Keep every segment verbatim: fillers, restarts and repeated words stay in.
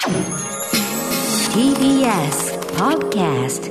ティービーエス Podcast。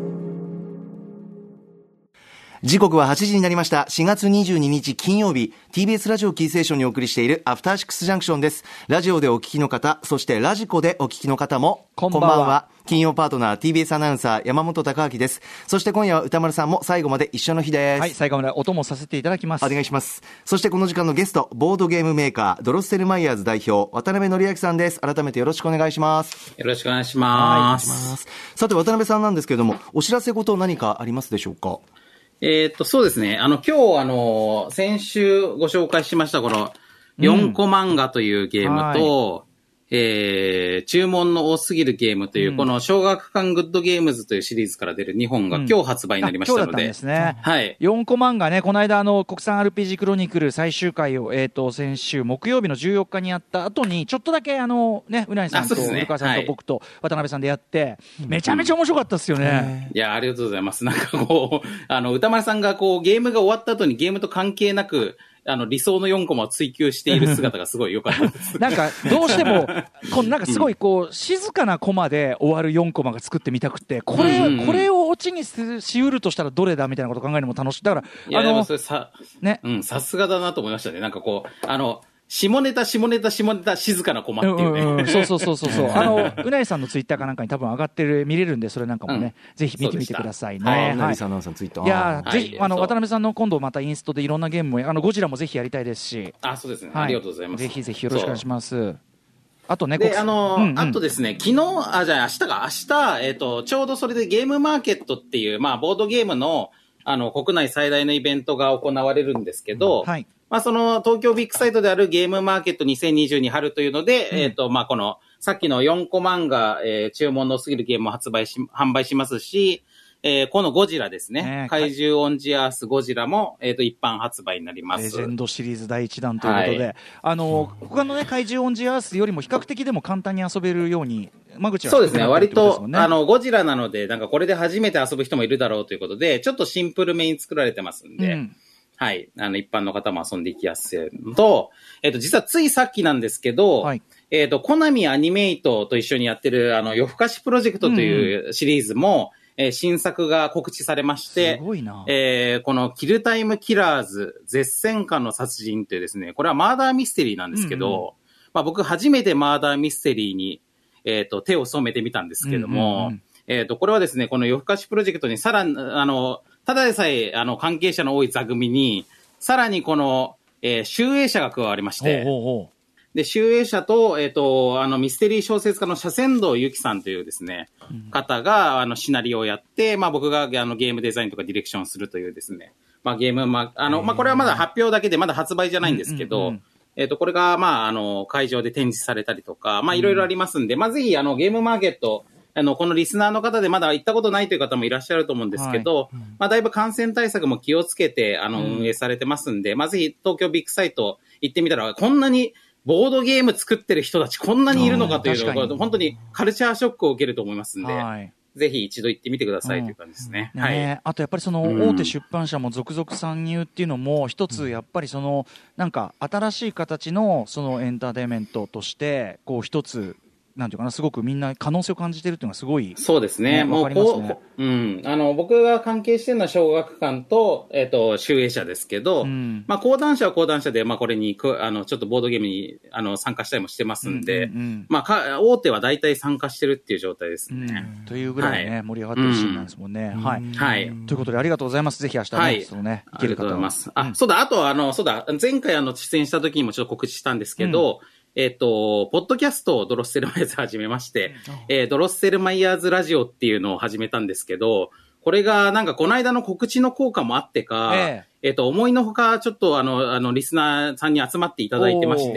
時刻ははちじになりました。しがつにじゅうににち金曜日、 ティービーエス ラジオキーステーションにお送りしているアフターシックスジャンクションです。ラジオでお聞きの方、そしてラジコでお聞きの方もこんばんは。 こんばんは。金曜パートナー ティービーエス アナウンサー山本貴明です。そして今夜は歌丸さんも最後まで一緒の日です。 はい、最後まで音もさせていただきます。 お願いします。そしてこの時間のゲスト、ボードゲームメーカードロッセルマイヤーズ代表渡辺則明さんです。改めてよろしくお願いします。 よろしくお願いします。 はい、さて渡辺さんなんですけれども、お知らせ事何かありますでしょうか？ えー、っと、そうですね。あの、今日、あの、先週ご紹介しました、この、よんこ漫画というゲームと、うんえー、注文の多すぎるゲームという、うん、この小学館グッドゲームズというシリーズから出るにほんが今日発売になりましたので。うん、今日だったんですね。はい。 よんこ漫画ね、この間、あの、国産 アールピージー クロニクル最終回を、えっと、先週木曜日のじゅうよっかにやった後に、ちょっとだけ、あの、ね、うなぎさんと、古川さんと僕と渡辺さんでやって、はい、めちゃめちゃ面白かったですよね。 うん、いや、ありがとうございます。なんかこう、あの、歌丸さんがこう、ゲームが終わった後にゲームと関係なく、あの理想のよんコマを追求している姿がすごい良かったです。 なんかどうしてもこのなんかすごいこう静かなコマで終わるよんコマが作ってみたくて、これ、うんうん、これをオチにしうるとしたらどれだみたいなことを考えるのも楽しい。だからいやあのでもそれさね、うん、さすがだなと思いましたね。なんかこうあの。下ネタ下ネタ下ネタ静かなコマっていうね、うんうん、 そうそうそうそうそうあのうなぎさんのツイッターかなんかに多分上がってる見れるんで、それなんかもね、うん、ぜひ見てみてくださいね。はい、 うなぎさんのツイッター、 いやぜひ、はい、あの渡辺さんの今度またインストでいろんなゲームも、あのゴジラもぜひやりたいですし。 あ、そうですね、はい、ありがとうございます。 ぜひぜひよろしくお願いします。あとね、 で、あの、うんうん、あとですね、昨日、あ、じゃあ明日か、明日、えっと、ちょうどそれでゲームマーケットっていう、まあ、ボードゲームの、あの、国内最大のイベントが行われるんですけど、うん、はい。まあ、その、東京ビッグサイトであるゲームマーケットにせんにじゅうに春というので、うん、えっと、まあ、この、さっきのよんこ漫画、えー、注文の多すぎるゲームを発売し、販売しますし、えー、このゴジラですね。ね怪獣オンジアースゴジラも、えっと、一般発売になります。 レジェンドシリーズだいいちだんということで、はい、あの、他のね、怪獣オンジアースよりも比較的でも簡単に遊べるように、間口は、 そうですね。割と、あの、ゴジラなので、なんかこれで初めて遊ぶ人もいるだろうということで、ちょっとシンプルめに作られてますんで、うん、はい。あの、一般の方も遊んでいきやすいのと、えっと、実はついさっきなんですけど、はい、えっと、コナミアニメイトと一緒にやってる、あの、夜更かしプロジェクトというシリーズも、うんえー、新作が告知されまして、 すごいな。 えー、このキルタイムキラーズ絶戦下の殺人ってですね、これはマーダーミステリーなんですけど、うんうんまあ、僕初めてマーダーミステリーに、えっと、手を染めてみたんですけども、うんうんうん、えっと、これはですね、この夜更かしプロジェクトにさらに、あの、ただでさえ、あの、関係者の多い座組に、さらにこの、えー、集英社が加わりまして、ほうほうほうで、集英社と、えっと、あの、ミステリー小説家の斜仙道由紀さんというですね、うん、方が、あの、シナリオをやって、まあ僕が、あの、ゲームデザインとかディレクションするというですね、まあゲーム、まあ、あの、まあこれはまだ発表だけでまだ発売じゃないんですけど、うんうんうん、えっと、これが、まあ、あの、会場で展示されたりとか、まあいろいろありますんで、うん、まあぜひ、あの、ゲームマーケット、あの、このリスナーの方でまだ行ったことないという方もいらっしゃると思うんですけど、はいうん、まあだいぶ感染対策も気をつけて、あの、運営されてますんで、うん、まあぜひ東京ビッグサイト行ってみたら、こんなに、ボードゲーム作ってる人たちこんなにいるのかというのが本当にカルチャーショックを受けると思いますんで、はい、ぜひ一度行ってみてくださいという感じですね。 うん、ね、はい、あとやっぱりその大手出版社も続々参入っていうのも一つやっぱりそのなんか新しい形のそのエンターテインメントとしてこう一つなんていうかな、すごくみんな可能性を感じてるっていうのがすごい、ね、 そうですね。もうこう、ね、うん、あの僕が関係してるのは小学館とえっ、ー、と集英社ですけど、うん、まあ講談社は講談社でまあこれにあのちょっとボードゲームにあの参加したりもしてますんで、うんうんうん、まあか大手は大体参加してるっていう状態ですね。 うん、というぐらいね、はい、盛り上がってるシーンなんですもんね。うん、はい、 はい。 ということでありがとうございます。ぜひ明日ね、はい、そのね行ける方は。ありがとうございます。 あ、そうだあとあのそうだ前回あの出演した時にもちょっと告知したんですけど。うんえっ、ー、と、ポッドキャストをドロッセルマイヤーズ始めまして、うんえー、ドロッセルマイヤーズラジオっていうのを始めたんですけど、これがなんかこの間の告知の効果もあってか、えっ、ー、えー、と、思いのほかちょっとあの、あの、リスナーさんに集まっていただいてまして、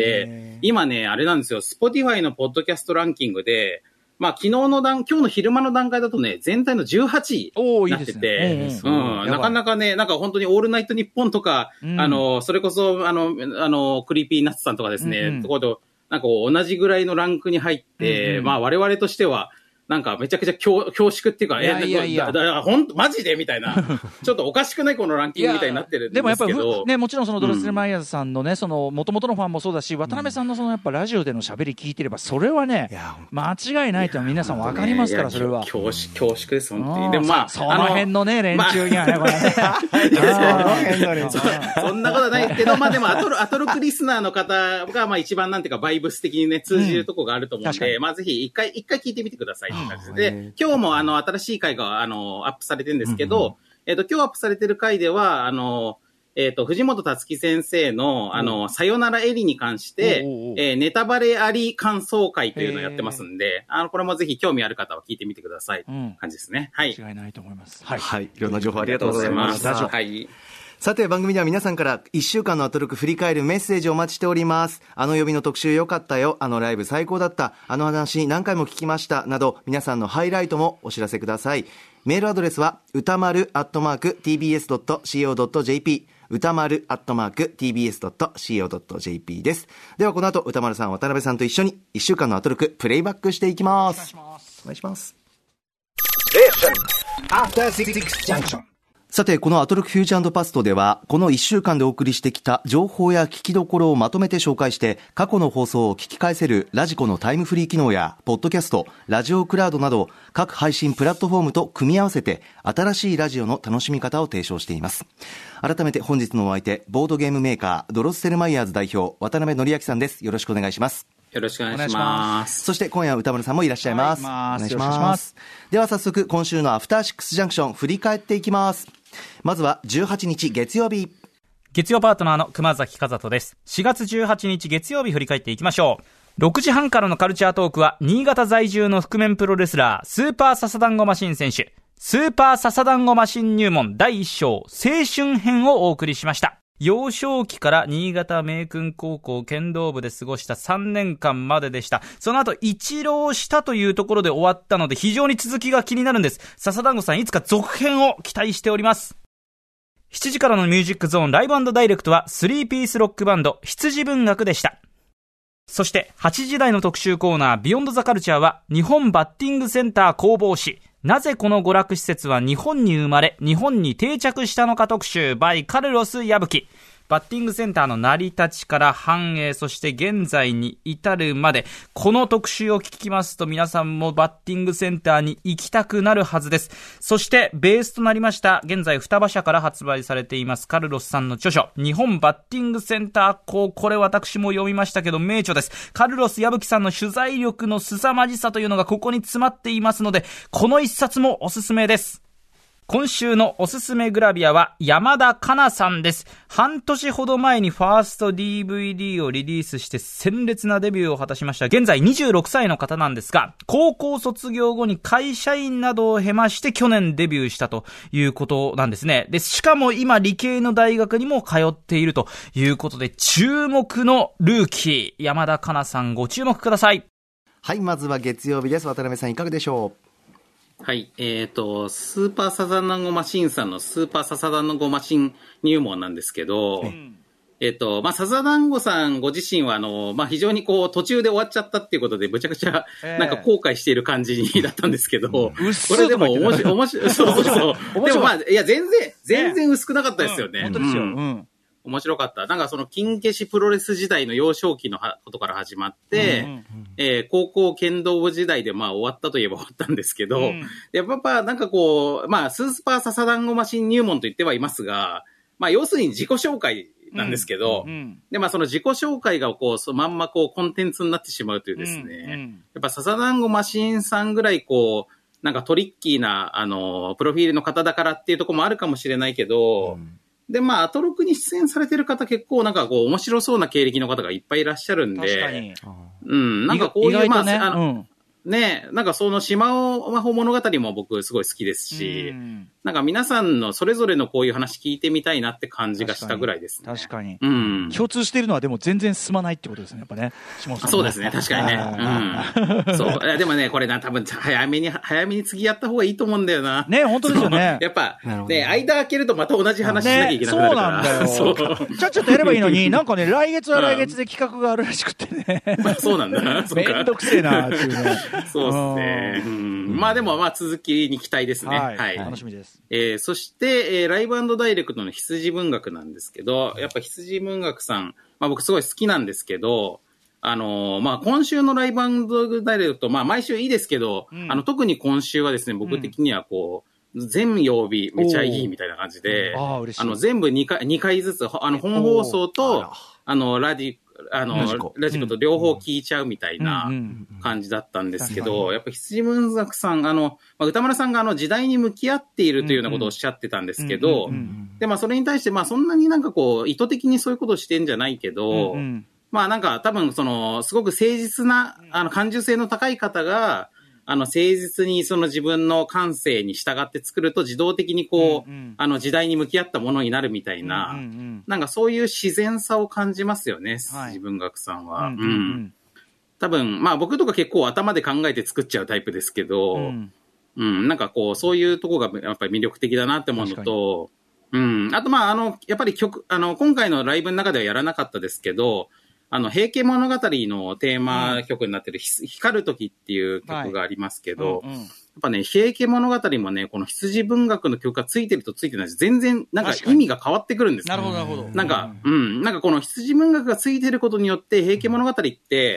今ね、あれなんですよ、Spotify のポッドキャストランキングで、まあ昨日の段、今日の昼間の段階だとね、全体のじゅうはちいになってて、うん、なかなかね、なんか本当にオールナイトニッポンとか、うん、あの、それこそ、あの、あの、クリーピーナッツさんとかですね、うんうん、ところと、なんか同じぐらいのランクに入って、うんうん、まあ我々としては、 なんかめちゃくちゃ恐恐縮っていうか、 いやいやいやえ、だだだほんと、マジでみたいな、ちょっとおかしくないこのランキングみたいになってるんですけど。 でもやっぱり、ね、もちろんそのドロッセルマイヤーズさんのね、その元々のファンもそうだし、渡辺さんのそのやっぱラジオでの喋り聞いてれば、それはね、間違いないと皆さん分かりますから、それは。 恐縮、恐縮です、本当に。でもまあ、 その辺のね、連中にはね、これね。 そんなことないけど、まあでもアトロ、アトロクリスナーの方が、まあ一番なんていうか、バイブス的にね、通じるとこがあると思うんで、まあぜひ一回、一回聞いてみてくださいって感じで、今日もあの、新しい回が、あの、アップされてるんですけど、えっと、今日アップされてる回では、あの、えっと、藤本達樹先生の、あの、さよならエリに関して、えー、ネタバレあり感想会というのをやってますんで、あの、これもぜひ興味ある方は聞いてみてください。感じですね。はい。 間違いないと思います。 はい。はい。いろんな情報ありがとうございます。 はい。 さて、番組では皆さんからいっしゅうかんのアトロク振り返るメッセージをお待ちしております。あの曜日の特集良かったよ、あのライブ最高だった、あの話何回も聞きましたなど、皆さんのハイライトもお知らせください。メールアドレスは歌丸アットマーク ティービーエスドットシーオードットジェーピー、歌丸アットマーク ティービーエスドットシーオードットジェーピー です。ではこの後、歌丸さん、渡辺さんと一緒にいっしゅうかんのアトロクプレイバックしていきます。お願いします。さて、このアトロクフューチャー&パストでは、このいっしゅうかんでお送りしてきた情報や聞きどころをまとめて紹介して、過去の放送を聞き返せるラジコのタイムフリー機能や、ポッドキャスト、ラジオクラウドなど、各配信プラットフォームと組み合わせて、新しいラジオの楽しみ方を提唱しています。改めて本日のお相手、ボードゲームメーカー、ドロッセルマイヤーズ代表、渡辺則明さんです。よろしくお願いします。 よろしくお願いします。 そして今夜歌丸さんもいらっしゃいます。 はい、お願いします。 お願いします。では早速今週のアフターシックスジャンクション振り返っていきます。まずはじゅうはちにち月曜日。 月曜パートナーの熊崎和人です。しがつじゅうはちにち月曜日振り返っていきましょう。ろくじはんからのカルチャートークは新潟在住の覆面プロレスラースーパーササダンゴマシン選手、スーパーササダンゴマシン入門だいいっ章青春編をお送りしました。幼少期から新潟明訓高校剣道部で過ごしたさんねんかんまででした。その後一浪したというところで終わったので非常に続きが気になるんです。笹団子さん、いつか続編を期待しております。しちじからのミュージックゾーンライブ&ダイレクトはスリーピースロックバンド羊文学でした。そしてはちじ台の特集コーナービヨンドザカルチャーは日本バッティングセンター工房誌、なぜこの娯楽施設は日本に生まれ日本に定着したのか特集 by カルロス矢吹。バッティングセンターの成り立ちから繁栄、そして現在に至るまで、この特集を聞きますと皆さんもバッティングセンターに行きたくなるはずです。そしてベースとなりました現在双葉社から発売されていますカルロスさんの著書日本バッティングセンター校、これ私も読みましたけど名著です。カルロス矢吹さんの取材力の凄まじさというのがここに詰まっていますので、この一冊もおすすめです。今週のおすすめグラビアは山田香奈さんです。半年ほど前にファースト ディーブイディー をリリースして鮮烈なデビューを果たしました。現在にじゅうろくさいの方なんですが、高校卒業後に会社員などを経まして去年デビューしたということなんですね。で、しかも今理系の大学にも通っているということで、注目のルーキー山田香奈さん、ご注目ください。 はい、まずは月曜日です。渡辺さんいかがでしょう。 はい。えっと、スーパーサザダンゴマシンさんのスーパーサザダンゴマシン入門なんですけど、うん、えっと、まあ、サザダンゴさんご自身は、あの、まあ、非常にこう、途中で終わっちゃったっていうことで、むちゃくちゃ、なんか後悔している感じだったんですけど、これでも面白い、面白い、そうそうそう。でもまあ、いや、全然、全然薄くなかったですよね。 本当ですよ。うん。 面白かった。なんかその金消しプロレス時代の幼少期のことから始まって、うんうんうん、えー、高校剣道部時代でまあ終わったといえば終わったんですけど、うん、やっぱなんかこう、まあスーパーササダンゴマシン入門と言ってはいますが、まあ要するに自己紹介なんですけど、うんうん、でまあその自己紹介がこう、そのまんまこうコンテンツになってしまうというですね、うんうん、やっぱササダンゴマシンさんぐらいこう、なんかトリッキーな、あの、プロフィールの方だからっていうところもあるかもしれないけど、うんで、まあ、アトロクに出演されてる方結構なんかこう面白そうな経歴の方がいっぱいいらっしゃるんで、 確かに。 うん、なんかこういう、まあ、 ね、 あの、うん、ね、なんかその島尾真帆物語も僕すごい好きですし、うん、 なんか皆さんのそれぞれのこういう話聞いてみたいなって感じがしたぐらいですね。 確かに。 うん。 共通しているのはでも全然進まないってことですね、やっぱね。下さんそうですね、確かにね。うん。そう。いやでもね、これな、多分早めに、早めに次やった方がいいと思うんだよな。 ね、本当ですよね。 やっぱ、ね、間開けるとまた同じ話しなきゃいけなくなるから。 ね、そうなんだよ。そう。ちゃっちゃとやればいいのに、なんかね、来月は来月で企画があるらしくてね。 そうなんだな。 めんどくせえな、っていうね。 そうですね。うん。まあでも、まあ続きに期待ですね。はい。はい、 楽しみです。 えー、そして、えー、ライブ&ダイレクトの羊文学なんですけど、やっぱ羊文学さん、まあ僕すごい好きなんですけど、あのー、まあ今週のライブ&ダイレクト、まあ毎週いいですけど、うん、あの特に今週はですね、僕的にはこう、うん、全曜日めちゃいいみたいな感じで、あ, あの全部2回、2回ずつ、あの本放送と、あのラジあの、ラジコと両方聞いちゃうみたいな感じだったんですけど、うんうん、やっぱ羊文学さん、あの、まあ、歌丸さんがあの時代に向き合っているというようなことをおっしゃってたんですけど、うんうん、で、まあそれに対して、まあそんなになんかこう、意図的にそういうことをしてんじゃないけど、うんうん、まあなんか多分その、すごく誠実な、あの、感受性の高い方が、あの、誠実にその自分の感性に従って作ると自動的にこう、うんうん、あの時代に向き合ったものになるみたいな、うんうんうん、なんかそういう自然さを感じますよね、羊文学さんは。うんうんうん、多分、まあ僕とか結構頭で考えて作っちゃうタイプですけど、うんうん、なんかこう、そういうとこがやっぱり魅力的だなって思うのと、うん、あとまああの、やっぱり曲、あの、今回のライブの中ではやらなかったですけど、あの、平家物語のテーマ曲になってる、うん、光る時っていう曲がありますけど、はいうんうん、やっぱね、平家物語もね、この羊文学の曲がついてるとついてないし、全然、なんか意味が変わってくるんですよ。 なるほど、なるほど。 なんか、うん、なんかこの羊文学がついてることによって、平家物語って、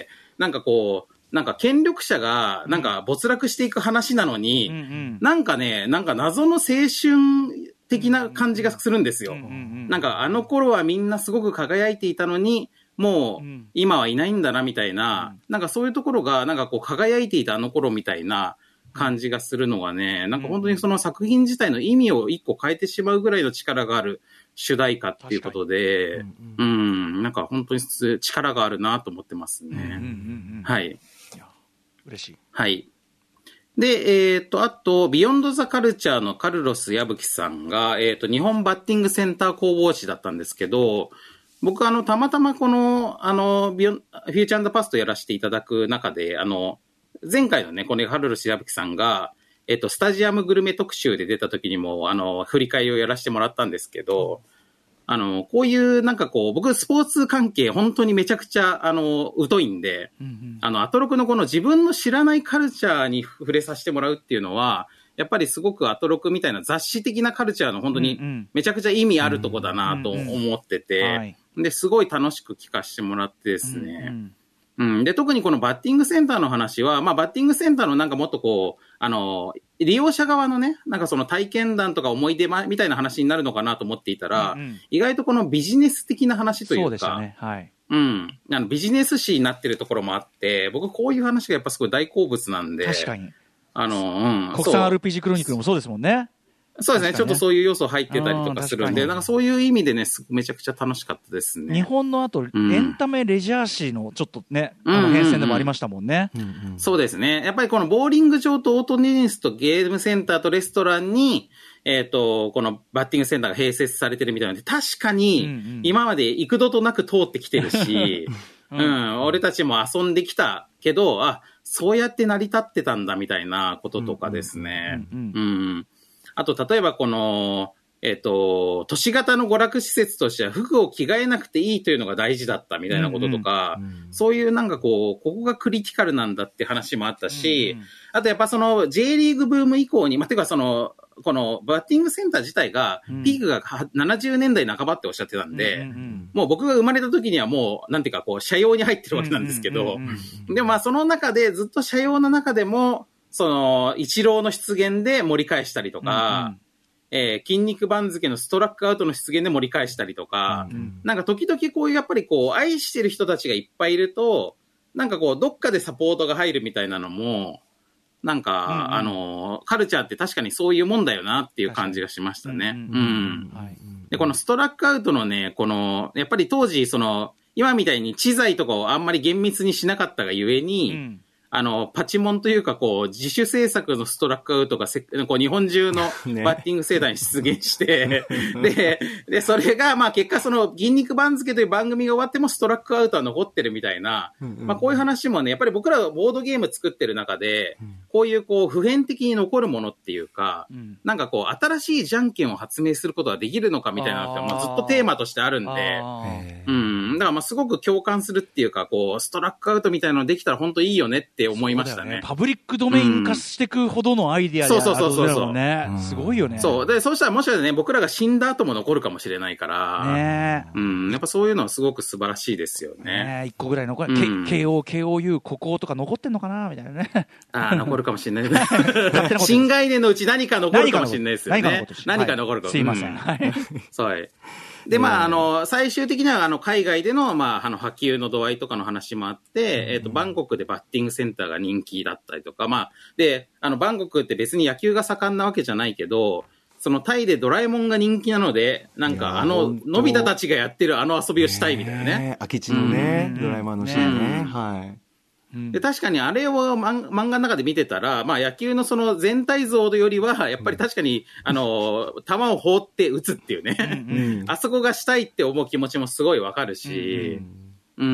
なんかこう、なんか権力者が、なんか没落していく話なのに、うんうん、なんかね、なんか謎の青春的な感じがするんですよ。うんうんうん、なんかあの頃はみんなすごく輝いていたのに、もう今はいないんだなみたいな、うん、なんかそういうところがなんかこう輝いていたあの頃みたいな感じがするのがね、なんか本当にその作品自体の意味を一個変えてしまうぐらいの力がある主題歌っていうことで、うん、うん、なんか本当に力があるなと思ってますね。うんうんうんうん、はい。いや、 嬉しい。 はい。で、えっ、ー、と、あと、ビヨンドザカルチャーのカルロス矢吹さんが、えっ、ー、と、日本バッティングセンター広報誌だったんですけど、僕あの、たまたまこの、あの、ビヨン、フューチャー&パストやらせていただく中で、あの、前回のね、このカルロス矢吹さんが、えっと、スタジアムグルメ特集で出た時にも、あの、振り返りをやらせてもらったんですけど、あの、こういうなんかこう、僕スポーツ関係本当にめちゃくちゃ、あの、疎いんで、うんうん、あの、アトロクのこの自分の知らないカルチャーに触れさせてもらうっていうのは、やっぱりすごくアトロクみたいな雑誌的なカルチャーの本当にめちゃくちゃ意味あるとこだなと思ってて、で、すごい楽しく聞かせてもらってですね、うんうんうん、で、特にこのバッティングセンターの話は、まあ、バッティングセンターのなんかもっとこう、あの、利用者側のね、なんかその体験談とか思い出みたいな話になるのかなと思っていたら、うんうん、意外とこのビジネス的な話というか、そうですね、はい。うん。あのビジネス誌になってるところもあって、僕こういう話がやっぱすごい大好物なんで。 確かに。 あの、うん。 国産 アールピージー クロニクルもそうですもんね。 そうですね。ちょっとそういう要素入ってたりとかするんで、なんかそういう意味でね、めちゃくちゃ楽しかったですね。 日本のあと、うん、エンタメレジャー誌のちょっとね、あの変遷でもありましたもんね、うんうんうん。そうですね。やっぱりこのボーリング場とオートテニスとゲームセンターとレストランに、えっと、このバッティングセンターが併設されてるみたいなので、確かに今まで幾度となく通ってきてるし、うん、うん、俺たちも遊んできたけど、あ、そうやって成り立ってたんだみたいなこととかですね。うん、うんうんあと、例えばこの、えっと、都市型の娯楽施設としては服を着替えなくていいというのが大事だったみたいなこととか、うんうん、そういうなんかこう、ここがクリティカルなんだって話もあったし、うんうん、あとやっぱその J リーグブーム以降に、まあ、てかその、このバッティングセンター自体が、ピークがななじゅうねんだい半ばっておっしゃってたんで、うんうんうん、もう僕が生まれた時にはもう、なんていうかこう、社用に入ってるわけなんですけど、でもまあその中でずっと社用の中でも、その、イチローの出現で盛り返したりとか、うんうんえー、筋肉番付のストラックアウトの出現で盛り返したりとか、うんうん、なんか時々こういうやっぱりこう、愛してる人たちがいっぱいいると、なんかこう、どっかでサポートが入るみたいなのも、なんか、うんうん、あの、カルチャーって確かにそういうもんだよなっていう感じがしましたね。うん、うんうんはい。で、このストラックアウトのね、この、やっぱり当時、その、今みたいに知財とかをあんまり厳密にしなかったがゆえに、うんあの、パチモンというか、こう、自主制作のストラックアウトがせ、こう、日本中のバッティングセーターに出現して、ね、で、で、それが、まあ、結果、その、銀肉番付という番組が終わっても、ストラックアウトは残ってるみたいな、まあ、こういう話もね、やっぱり僕らがボードゲーム作ってる中で、こういう、こう、普遍的に残るものっていうか、なんかこう、新しいじゃんけんを発明することができるのかみたいなのって、まあ、ずっとテーマとしてあるんで、うん。だから、まあ、すごく共感するっていうか、こう、ストラックアウトみたいなのできたら本当いいよねって思いましたね。 パブリックドメイン化していくほどのアイディアである、 そうそうそうそうね、すごいよね。 そうで、そうしたらもしかしたらね、僕らが死んだ後も残るかもしれないから、ね、うん、やっぱそういうのはすごく素晴らしいですよね。 ね、一個ぐらい残る、うん、ケーオー、ケーオーユー、こことか残ってんのかなみたいなね。 ああ、残るかもしれないね。新概念のうち何か残るかもしれないですよね。何か残る。何か残るかもしれない。 すいません。はい。 そう。で、まあ、あの、最終的には、あの、海外での、まあ、あの、波及の度合いとかの話もあって、えっと、バンコクでバッティングセンターが人気だったりとか、まあ、で、あの、バンコクって別に野球が盛んなわけじゃないけど、そのタイでドラえもんが人気なので、なんか、あの、のび太たちがやってるあの遊びをしたいみたいなね。 空き地のね、ドラえもんのシーンね。はい。 で、確かにあれを漫画の中で見てたら、まあ野球のその全体像よりは、やっぱり確かに、あの、球を放って打つっていうね、うんうん、あそこがしたいって思う気持ちもすごいわかるし、うん、うん、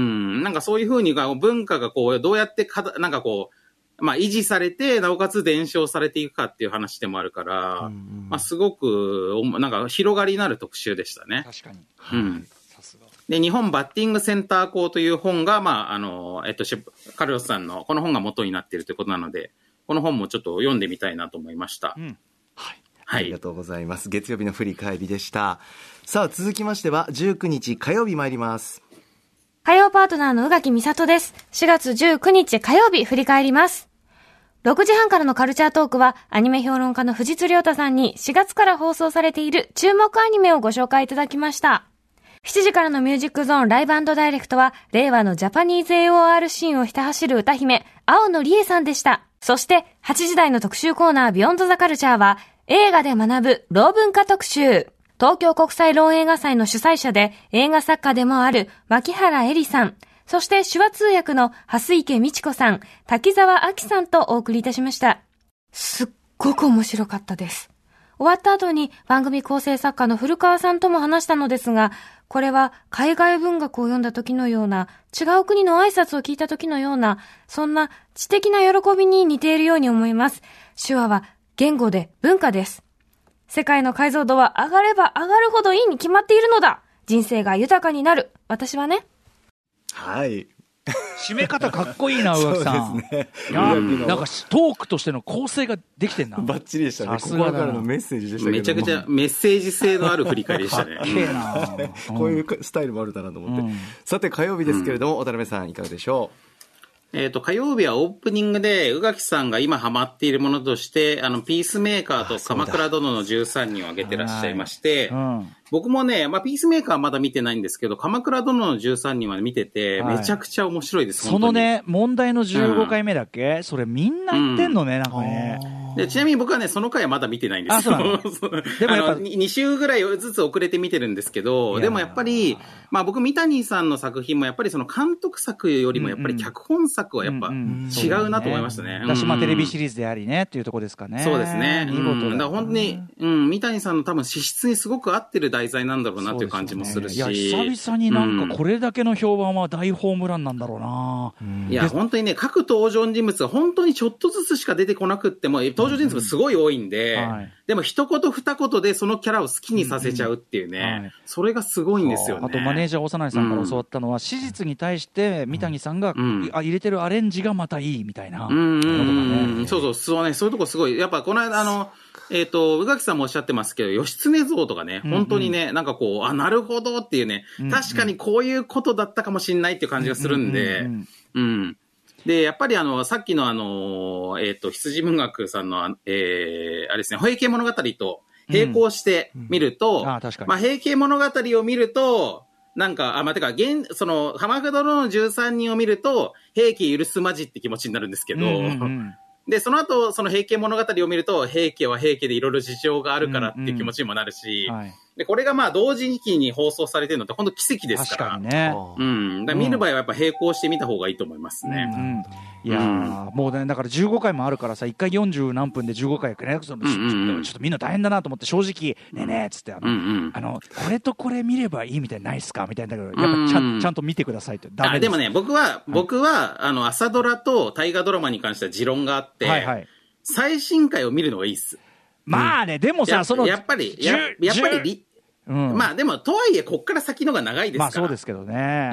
なんかそういうふうに文化がこう、どうやってか、なんかこう、まあ維持されて、なおかつ伝承されていくかっていう話でもあるから、うんうん、まあすごく、なんか広がりのある特集でしたね。 確かに。 うん。で、日本バッティングセンター校という本が、まあ、あの、えっと、カルロスさんのこの本が元になっているということなので、この本もちょっと読んでみたいなと思いました。うん、 はい。ありがとうございます。月曜日の振り返りでした。さあ、続きましては、じゅうくにち火曜日参ります。 火曜パートナーの宇垣美里です。しがつじゅうくにち火曜日振り返ります。ろくじはんからのカルチャートークは、アニメ評論家の藤津亮太さんにしがつから放送されている注目アニメをご紹介いただきました。しちじからのミュージックゾーンライブ&ダイレクトは、令和のジャパニーズ エーオーアール シーンをひた走る歌姫、青野理恵さんでした。そして、はちじ台の特集コーナービヨンドザカルチャーは、映画で学ぶ老文化特集。東京国際老映画祭の主催者で、映画作家でもある牧原絵里さん、そして手話通訳の蓮池美智子さん、滝沢明さんとお送りいたしました。すっごく面白かったです。終わった後に番組構成作家の古川さんとも話したのですが、これは海外文学を読んだ時のような、違う国の挨拶を聞いた時のような、そんな知的な喜びに似ているように思います。手話は言語で文化です。世界の解像度は上がれば上がるほどいいに決まっているのだ。人生が豊かになる。私はね。 はい。 締め方かっこいいな、宇垣さん。そうですね。いや、なんかトークとしての構成ができてんな。 バッチリでしたね。ここからのメッセージでしたけど。 めちゃくちゃメッセージ性のある振り返りでしたね。かっけえな。 こういうスタイルもあるんだなと思って。うん、さて火曜日ですけれども、渡辺さんいかがでしょう。 えっと、火曜日はオープニングで、宇垣さんが今ハマっているものとして、あの、ピースメーカーと鎌倉殿のじゅうさんにんを挙げてらっしゃいまして、うん、僕もね、まあ、ピースメーカーはまだ見てないんですけど、鎌倉殿のじゅうさんにんは見てて、めちゃくちゃ面白いです、 はい、そのね、問題のじゅうごかいめだっけ、うん、それみんな言ってんのね、うん、なんかね。 でちなみに僕はね、その回はまだ見てないんですよ。あ、そうなのでもやっぱに週ぐらいずつ遅れて見てるんですけど、でもやっぱり、まあ僕、三谷さんの作品もやっぱりその監督作よりもやっぱり脚本作はやっぱ違うなと思いましたね。 だし、まあテレビシリーズでありねっていうところですかね。 そうですね。見事だ。だから本当に、うん、三谷さんの多分資質にすごく合ってる題材なんだろうなという感じもするし。 いや、久々になんかこれだけの評判は大ホームランなんだろうな。 うん、いや、本当にね、各登場人物が本当にちょっとずつしか出てこなくっても、登場人物すごい多いんで、うんはい、でも一言二言でそのキャラを好きにさせちゃうっていうね、うんうんはい、それがすごいんですよね。 あとマネージャー長内さんから教わったのは、うん、史実に対して三谷さんが、うん、あ入れてるアレンジがまたいいみたいなことがね、 うん、そうそうそうね、そういうとこすごいやっぱこの間あのえっ、ー、と宇垣さんもおっしゃってますけど、義経像とかね、本当にね、うんうん、なんかこうあなるほどっていうね、うんうん、確かにこういうことだったかもしれないっていう感じがするんで、うん、うんうんで、やっぱりあの、さっきのあの、えっ、ー、と、羊文学さんの、えー、あれですね、平家物語と並行して見ると、うんうん、あ確かにまあ、平家物語を見ると、なんか、あ、まあ、てか、現、その、鎌倉殿のじゅうさんにんを見ると、平家許すまじって気持ちになるんですけど、うんうんうんで、その後、その平家物語を見ると、平家は平家でいろいろ事情があるからっていう気持ちにもなるし、うんうんはい、 で、これがまあ同時期に放送されてるのって本当奇跡ですから。 確かにね。 うん。だから見る場合はやっぱ並行して見た方がいいと思いますね。 うんうん、いやー、うん、もうね、だからじゅうごかいもあるからさ、いっかいよんじゅうなんぷんでじゅうごかいやくね、その、うんうんうん、ちょっとみんな大変だなと思って、正直、ねえねえっつって、あの、うんうん、あの、これとこれ見ればいいみたいなないっすかみたいな、やっぱちゃん、うんうん、ちゃんと見てくださいって。ダメです。 あ、でもね、僕は、僕は、あの、朝ドラと大河ドラマに関しては持論があって、はいはい、最新回を見るのがいいっす。 まあね、でもさ、その、 やっぱり、ややっぱり、うん、まあでも、とはいえ、こっから先のが長いですから。まあそうですけどね。 うん。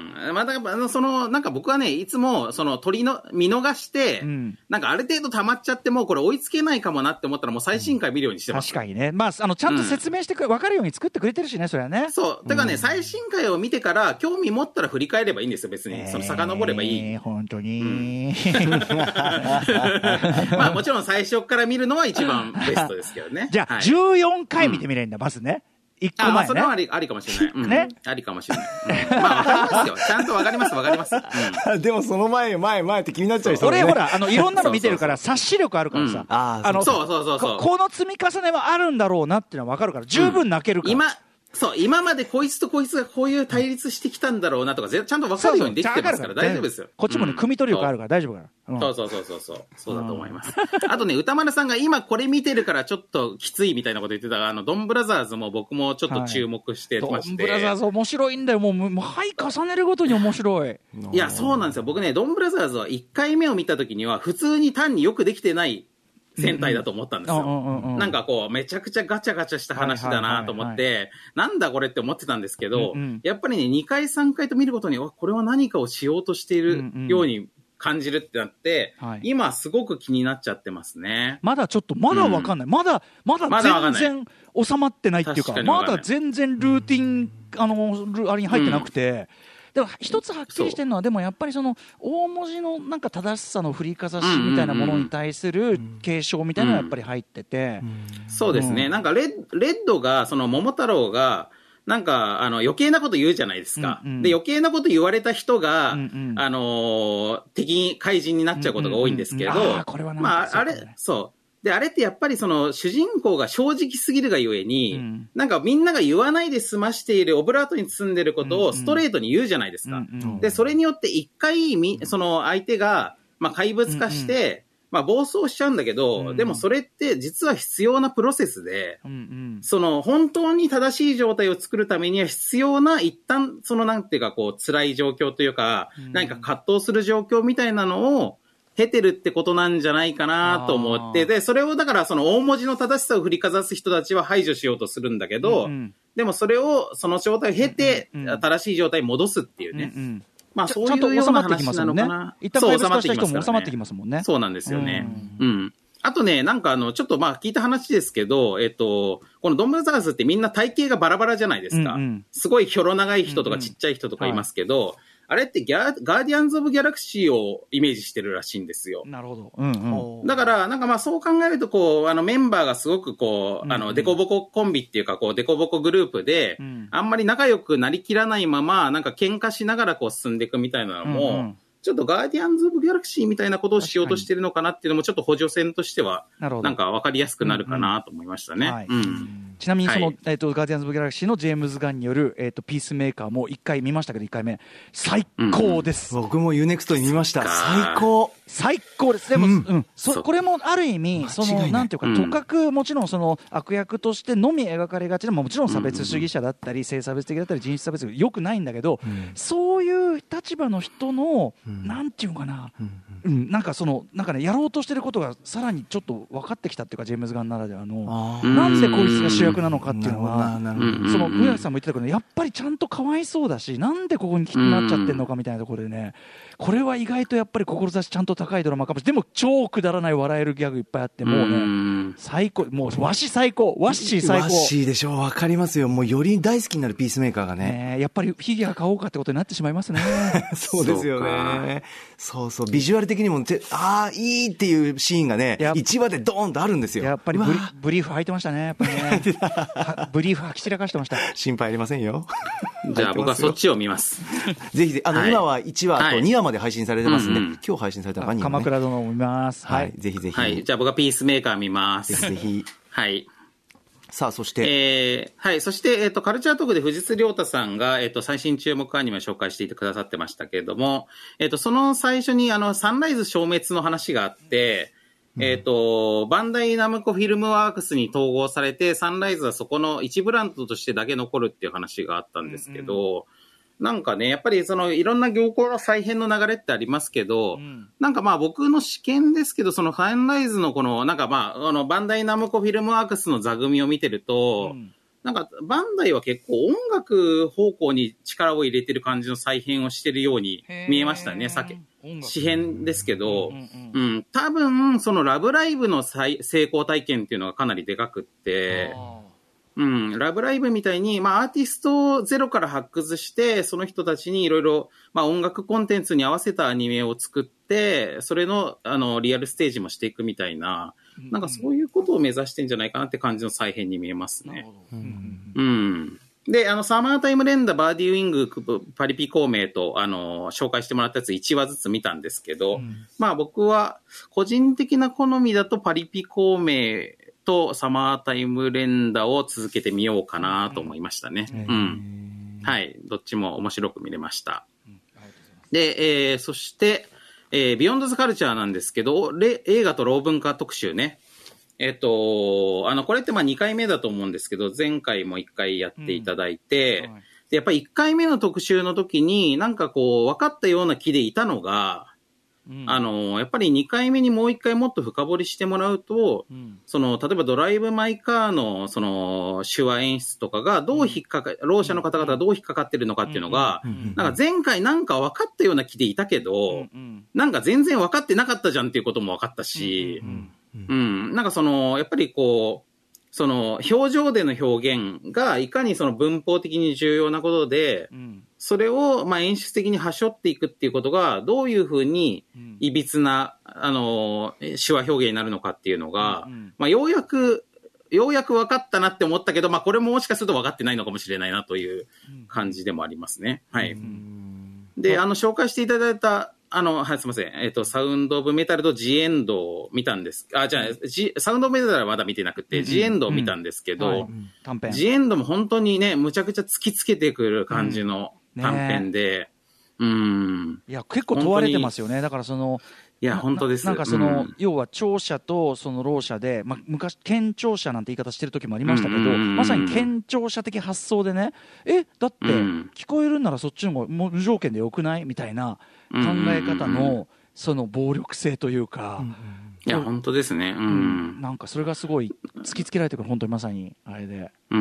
まあだから、あの、その、なんか僕はね、いつも、その、鳥の、見逃して、うん、なんかある程度溜まっちゃって、もうこれ追いつけないかもなって思ったら、もう最新回見るようにしてます。 確かにね。まあ、あの、ちゃんと説明してくれ、うん、分かるように作ってくれてるしね、それはね。 そう。だからね、うん、最新回を見てから、興味持ったら振り返ればいいんですよ、別に。えー、その、遡ればいい。 えー、本当に、 うん、まあもちろん最初から見るのは一番ベストですけどね。 じゃあ、はい、じゅうよんかい見てみれるんだ、まずね。一個前ね。 あ、まあ、それはあり、ありかもしれない。うん、ね。ありかもしれない。うん、まあ、わかりますよ。ちゃんとわかります、わかります。 うん、でも、その前、前、前って気になっちゃいそう、ね。 俺、ほら、あの、いろんなの見てるから、察し力あるからさ。うん、 ああの、そうそうそうそう。 この積み重ねはあるんだろうなっていうのはわかるから、十分泣けるから。 うん、今、そう、今までこいつとこいつがこういう対立してきたんだろうなとか、ちゃんとわかるようにできてますから大丈夫ですよ。 こっちもね、汲み取り力あるから大丈夫から。 うん、そうそうそうそうそう。そうだと思います。あとね、歌丸さんが今これ見てるからちょっときついみたいなこと言ってたが、あの、ドンブラザーズも僕もちょっと注目してまして。 はい、ドンブラザーズ面白いんだよ。もう、もう、はい、重ねるごとに面白い。 いや、そうなんですよ。僕ね、ドンブラザーズはいっかいめを見た時には、普通に単によくできてない戦隊だと思ったんですよ。なんかこう、めちゃくちゃガチャガチャした話だなと思って、なんだこれって思ってたんですけど、うんうん、やっぱりね、にかいさんかいと見るごとに、これは何かをしようとしているように感じるってなって、うんうん、今すごく気になっちゃってますね。 まだちょっと、まだわかんない。うん、まだ、まだ全然収まってないっていうか、かまだ全然ルーティン、あの、あれに入ってなくて、うんでも一つはっきりしてるのはでもやっぱりその大文字のなんか正しさの振りかざしみたいなものに対する継承みたいなのがやっぱり入ってて、 うんうん、そうですね、うん、なんかレッレッドがその桃太郎がなんかあの余計なこと言うじゃないですか、うんうん、で余計なこと言われた人が、うんうん、あのー、敵怪人になっちゃうことが多いんですけど、まああれそうで、あれってやっぱりその主人公が正直すぎるがゆえに、うん、なんかみんなが言わないで済ましているオブラートに包んでることをストレートに言うじゃないですか。うんうん、で、それによって一回み、その相手が、まあ怪物化して、うんうん、まあ暴走しちゃうんだけど、うんうん、でもそれって実は必要なプロセスで、うんうん、その本当に正しい状態を作るためには必要な一旦そのなんていうかこう辛い状況というか、うん、何か葛藤する状況みたいなのを、経てるってことなんじゃないかなと思って、で、それをだからその大文字の正しさを振りかざす人たちは排除しようとするんだけど、うんうん、でもそれを、その状態を経て、うんうん、正しい状態に戻すっていうね。うんうん、まあそういうような話なのかな。 一旦怪物化した人も収まってきますもんね。 そうなんですよね。うん。うん、あとね、なんかあの、ちょっとまあ聞いた話ですけど、えっと、このドンブラザーズってみんな体型がバラバラじゃないですか。うんうん、すごいひょろ長い人とかちっちゃい人とかいますけど、うんうんはいあれってギャガーディアンズ・オブ・ギャラクシーをイメージしてるらしいんですよ。 なるほど。うんうん、 だから、なんかまあそう考えると、こう、あのメンバーがすごくこう、うんうん、あの、デコボココンビっていうか、こう、デコボコグループで、うん、あんまり仲良くなりきらないまま、なんか喧嘩しながらこう進んでいくみたいなのも、うんうんちょっとガーディアンズ・オブ・ギャラクシーみたいなことをしようとしてるのかなっていうのもちょっと補助線としてはなんか分かりやすくなるかなと思いましたね。 ちなみにその、はいえー、とガーディアンズ・オブ・ギャラクシーのジェームズ・ガンによる、えー、とピースメーカーもいっかい見ましたけどいっかいめ最高です、 うん、僕もユーネクストに見ました最高最高ですでも、うんうん、そこれもある意味そのなんていうか、うん、とかくもちろんその悪役としてのみ描かれがちなもちろん差別主義者だったり、うん、性差別的だったり人種差別よくないんだけど、うん、そういう立場の人の、うん、なんていうかなうんうん、なんかそのなんかねやろうとしてることがさらにちょっと分かってきたっていうかジェームズ・ガンならではのなんでこいつが主役なのかっていうのはその上垣さんも言ってたけどやっぱりちゃんとかわいそうだしなんでここにきっとなっちゃってんのかみたいなところでねこれは意外とやっぱり志ちゃんと高いドラマかもしれないでも超くだらない笑えるギャグいっぱいあってもうね最高もうワシ最高ワッシー最高ワッシーでしょ分かりますよもうより大好きになるピースメーカーが ね, ねやっぱりフィギュア買おうかってことになってしまいますねそうですよねそうそうビジュアル的にもああいいっていうシーンがねいちわでドーンとあるんですよやっぱりブ リ, ブリーフ履いてましたねやっぱりねブリーフ履き散らかしてました心配ありませんよじゃあ僕はそっちを見ますぜひぜひあの、はい、今はいちわとにわまで配信されてますんで、はい、今日配信されたのがにわ、ね、 鎌倉殿を見ます、 はい、はい、ぜひぜひ、 はい、じゃあ僕はピースメーカー見ますぜひぜひはいさあ、そして。 えー、はい。そして、えっ、ー、と、カルチャートークで藤津亮太さんが、えっ、ー、と、最新注目アニメを紹介していてくださってましたけれども、えっ、ー、と、その最初に、あの、サンライズ消滅の話があって、うん、えっ、と、バンダイナムコフィルムワークスに統合されて、サンライズはそこの一ブランドとしてだけ残るっていう話があったんですけど、うんうん、なんかね、やっぱりそのいろんな業界の再編の流れってありますけど、うん、なんかまあ僕の試験ですけど、そのサンライズのこの、なんかまあ、あのバンダイナムコフィルムワークスの座組を見てると、うん、なんかバンダイは結構音楽方向に力を入れてる感じの再編をしてるように見えましたね、さっき。試編ですけど、うんうんうん、多分そのラブライブの成功体験っていうのがかなりでかくって、うん、ラブライブみたいに、まあ、アーティストをゼロから発掘して、その人たちにいろいろ、まあ、音楽コンテンツに合わせたアニメを作って、それの、あの、リアルステージもしていくみたいな、なんかそういうことを目指してんじゃないかなって感じの再編に見えますね。うん。うん、で、あの、サマータイム連打、バーディーウィング、パリピ孔明と、あの、紹介してもらったやついちわずつ見たんですけど、うん、まあ僕は、個人的な好みだとパリピ孔明、とサマータイム連打を続けてみようかなと思いましたね。うん。はい。どっちも面白く見れました。で、えー、そして、えー、ビヨンドズカルチャーなんですけど、映画と老文化特集ね。えっと、あの、これってまあにかいめだと思うんですけど、前回もいっかいやっていただいて、うんはい、でやっぱりいっかいめの特集の時になんかこう分かったような気でいたのが、うん、あの、やっぱりにかいめにもういっかいもっと深掘りしてもらうと、うん、その、例えばドライブ・マイ・カーの、その、手話演出とかがどう引っかか、ろう者の方々がどう引っかかってるのかっていうのが、なんか前回なんか分かったような気でいたけど、うん、なんか全然分かってなかったじゃんっていうことも分かったし、うん、うん、なんかその、やっぱりこう、その、表情での表現がいかにその文法的に重要なことで、うんそれを、まあ、演出的にはしょっていくっていうことが、どういうふうに、いびつな、あの、手話表現になるのかっていうのが、うんうん、まあ、ようやく、ようやく分かったなって思ったけど、まあ、これももしかすると分かってないのかもしれないなという感じでもありますね。はい。で、あの、紹介していただいた、あの、はい、すみません。えっと、サウンドオブメタルとジエンドを見たんです。あ、じゃあ、G、サウンドオブメタルはまだ見てなくて、うんうん、ジエンドを見たんですけど、うんはい、短編。ジエンドも本当にね、むちゃくちゃ突きつけてくる感じの、うん短編で、うん。 いや、結構問われてますよね。だからその、 いや、本当です。 なんかその、うん、要は聴者とそのろう者で、まあ、昔、健聴者なんて言い方してる時もありましたけど、まさに健聴者的発想でね、え、だって、聞こえるんならそっちの方が無条件でよくないみたいな考え方の、その暴力性というか、うんうんいや、本当ですね。うん。うん、 なんかそれがすごい突きつけられてくる、本当にまさに、あれで。 うん。うん、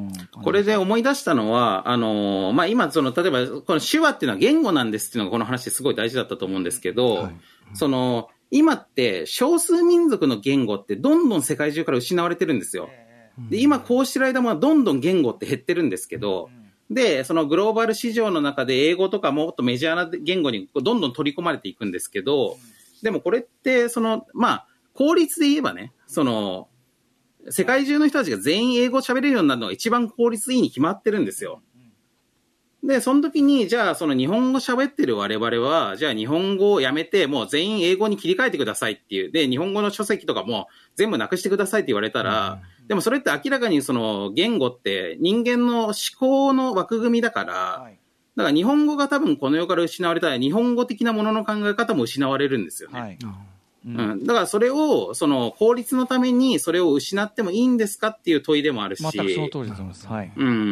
これで思い出したのは、あのー、まあ、今、その、例えば、この手話っていうのは言語なんですっていうのがこの話ですごい大事だったと思うんですけど、はいうん、その、今って少数民族の言語ってどんどん世界中から失われてるんですよ。で、今こうしてる間もどんどん言語って減ってるんですけど、で、そのグローバル市場の中で英語とかもっとメジャーな言語にどんどん取り込まれていくんですけど、でもこれって、その、まあ、効率で言えばね、その、世界中の人たちが全員英語を喋れるようになるのが一番効率いいに決まってるんですよ。で、その時に、じゃあその日本語喋ってる我々は、じゃあ日本語をやめて、もう全員英語に切り替えてくださいっていう。で、日本語の書籍とかも全部なくしてくださいって言われたら、でもそれって明らかにその言語って人間の思考の枠組みだから、だから日本語が多分この世から失われたら日本語的なものの考え方も失われるんですよね。はいうんうん、だからそれをその効率のためにそれを失ってもいいんですかっていう問いでもあるし、 全くその通りだと思います。はい。 うん。うん、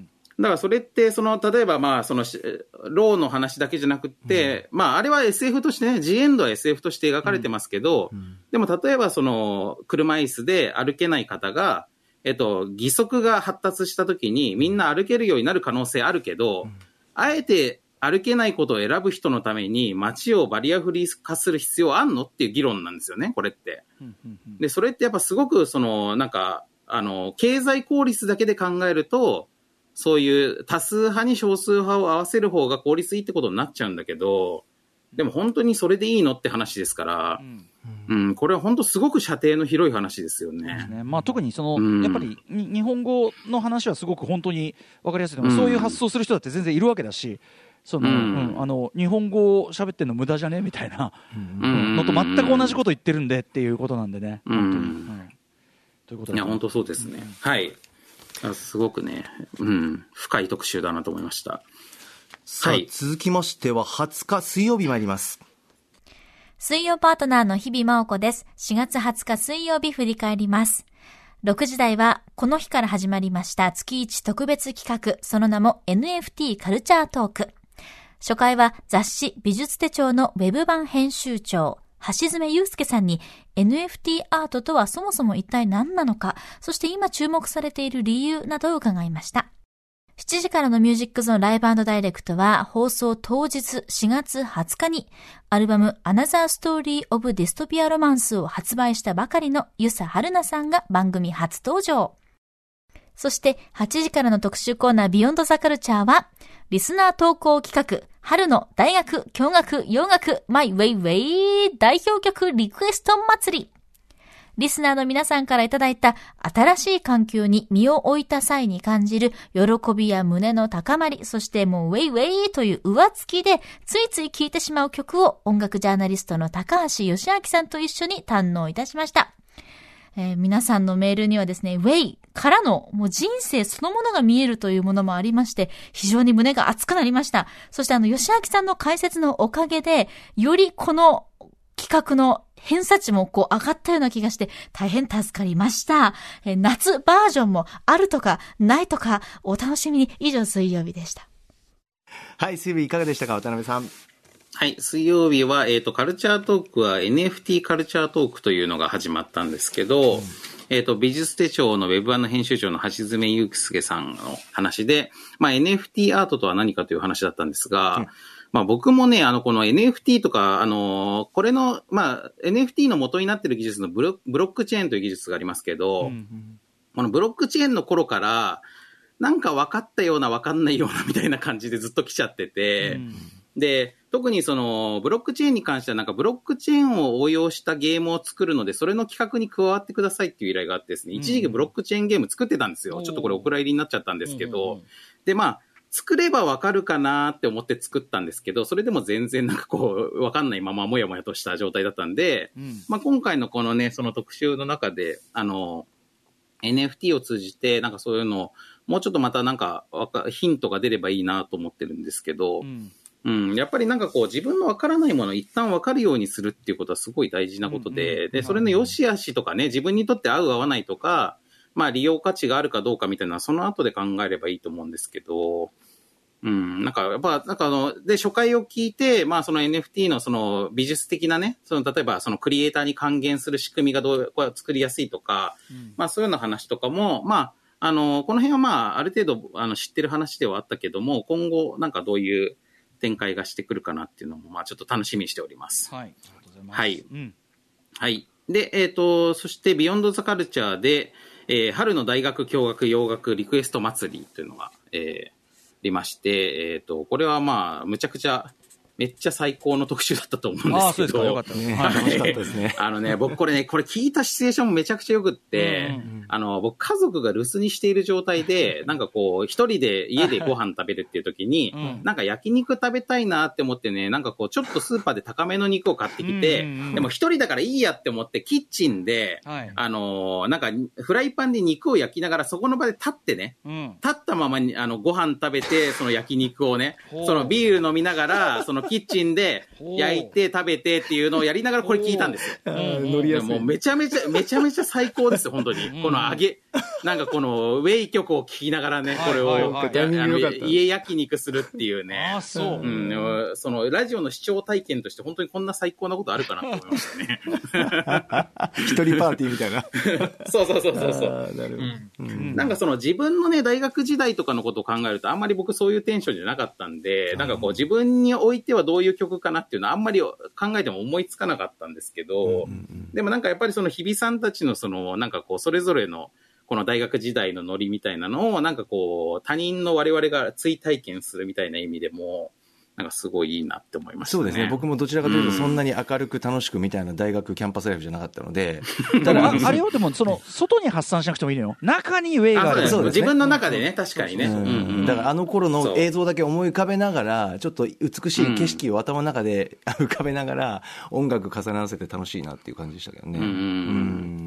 だからそれってその例えばまあそのローの話だけじゃなくって、うん、まああれは エスエフ としてね、ジエンドは エスエフ として描かれてますけど、うんうん、でも例えばその車椅子で歩けない方がえっと義足が発達した時にみんな歩けるようになる可能性あるけど、うん、あえて歩けないことを選ぶ人のために街をバリアフリー化する必要あんのっていう議論なんですよね、これって。で、それってやっぱすごくその、なんか、あの、経済効率だけで考えると、そういう多数派に少数派を合わせる方が効率いいってことになっちゃうんだけど、でも本当にそれでいいのって話ですから、うん、うん、これは本当すごく射程の広い話ですよね。そうですね。 まあ、特にその、うん、やっぱり日本語の話はすごく本当に分かりやすいのが、うん、そういう発想する人だって全然いるわけだし、その、うんうん、あの日本語を喋ってるの無駄じゃねみたいな、うん、のと全く同じこと言ってるんでっていうことなんでね、本当に、うんうん、 ということいや、本当そうですね。うん、はい。すごくね、うん、深い特集だなと思いました。 さあ、はい、続きましてははつか水曜日参ります。 水曜パートナーの日々真央子です。しがつはつか水曜日振り返ります。ろくじ台はこの日から始まりました月いち特別企画、その名も エヌエフティー カルチャートーク。初回は雑誌美術手帳のウェブ版編集長、橋爪祐介さんに エヌエフティー アートとはそもそも一体何なのか、そして今注目されている理由などを伺いました。しちじからのミュージックゾーンライブ&ダイレクトは放送当日しがつはつかにアルバム Another Story of Dystopia Romance を発売したばかりの遊佐春菜さんが番組初登場。そしてはちじからの特集コーナービヨンドザカルチャーはリスナー投稿企画春の大学教学洋楽マイウェイウェイ代表曲リクエスト祭り。リスナーの皆さんからいただいた新しい環境に身を置いた際に感じる喜びや胸の高まり、そしてもうウェイウェイという上付きでついつい聴いてしまう曲を音楽ジャーナリストの高橋義明さんと一緒に堪能いたしました。えー、皆さんのメールにはですね、ウェイからのもう人生そのものが見えるというものもありまして、非常に胸が熱くなりました。そしてあの義明さんの解説のおかげで、よりこの企画の偏差値もこう上がったような気がして大変助かりました。えー、夏バージョンもあるとかないとかお楽しみに。以上水曜日でした。 はい、水曜日いかがでしたか、渡辺さん。 はい、水曜日は、えっと、カルチャートークは エヌエフティー カルチャートークというのが始まったんですけど、うん、えっと、美術手帳のウェブ版の編集長の橋爪祐介さんの話で、まあ エヌエフティー アートとは何かという話だったんですが、うん、まあ僕もね、あの、この エヌエフティー とか、あの、これの、まあ エヌエフティー の元になっている技術のブロ、ブロックチェーンという技術がありますけど、うんうん、このブロックチェーンの頃から、なんか分かったような分かんないようなみたいな感じでずっと来ちゃってて、うん、で、特にそのブロックチェーンに関してはなんかブロックチェーンを応用したゲームを作るのでそれの企画に加わってくださいっていう依頼があってですね、一時期ブロックチェーンゲーム作ってたんですよ。ちょっとこれお蔵入りになっちゃったんですけど、でまあ作ればわかるかなって思って作ったんですけど、それでも全然なんかこうわかんないままもやもやとした状態だったんで、まあ今回のこのねその特集の中であの エヌエフティー を通じてなんかそういうのをもうちょっとまたなんかヒントが出ればいいなと思ってるんですけど。うんうん、やっぱりなんかこう自分のわからないものを一旦わかるようにするっていうことはすごい大事なことで、うんうん、で、それの良し悪しとかね、自分にとって合う合わないとか、まあ利用価値があるかどうかみたいな、その後で考えればいいと思うんですけど、うん、なんかやっぱ、なんかあの、で、初回を聞いて、まあその エヌエフティー のその美術的なね、その例えばそのクリエイターに還元する仕組みがどう、こう作りやすいとか、うん、まあそういうような話とかも、まあ、あの、この辺はまあある程度あの知ってる話ではあったけども、今後なんかどういう、展開がしてくるかなっていうのも、まあちょっと楽しみにしております。 はい。ありがとうございます。 はい。うん、はい。で、えっと、そして、ビヨンドザカルチャーで、えー、春の大学教学洋楽リクエスト祭りというのが、えー、ありまして、えっと、これはまあ、むちゃくちゃ、めっちゃ最高の特集だったと思うんですけど。ああ、そうですか。よかったね。 はい、楽しかったですね。 あのね、僕これね、これ聞いたシチュエーションもめちゃくちゃよくって、うんうん、あの、僕家族が留守にしている状態で、なんかこう、一人で家でご飯食べるっていう時に、うん、なんか焼肉食べたいなって思ってね、なんかこう、ちょっとスーパーで高めの肉を買ってきて、うんうんうん、でも一人だからいいやって思ってキッチンで、はい、あの、なんかフライパンで肉を焼きながらそこの場で立ってね、うん、立ったままにあのご飯食べて、その焼肉をね、そのビール飲みながら、そのキッチンで、焼いて食べてっていうのをやりながらこれ聞いたんですよ。 乗りやすい。 もうめちゃめちゃめちゃめちゃ最高ですよ本当に。この揚げなんかこのウェイ曲を聞きながらねこれを、はいはいはい、家焼肉するっていうね。 あそう。 うん、そのラジオの視聴体験として本当にこんな最高なことあるかなと思いましたね。 一人パーティーみたいな。 そうそうそうそうそう。なるほど。うん、なんかその自分のね大学時代とかのことを考えるとあんまり僕そういうテンションじゃなかったんで、なんかこう自分においてはどういう曲かなっていうのはあんまり考えても思いつかなかったんですけど、うんうんうん、でもなんかやっぱりその日比さんたちのそのなんかこうそれぞれのこの大学時代のノリみたいなのをなんかこう他人の我々が追体験するみたいな意味でもなんかすごいいいなって思いましたね。 そうですね。僕もどちらかというとそんなに明るく楽しくみたいな大学キャンパスライフじゃなかったので、 だからあれよでもその外に発散しなくてもいいのよ。中にウェイがある。 そうですね。自分の中でね確かにね。うんうん、 だからあの頃の映像だけ思い浮かべながらちょっと美しい景色を頭の中で浮かべながら音楽重ね合わせて楽しいなっていう感じでしたけどね。うんうん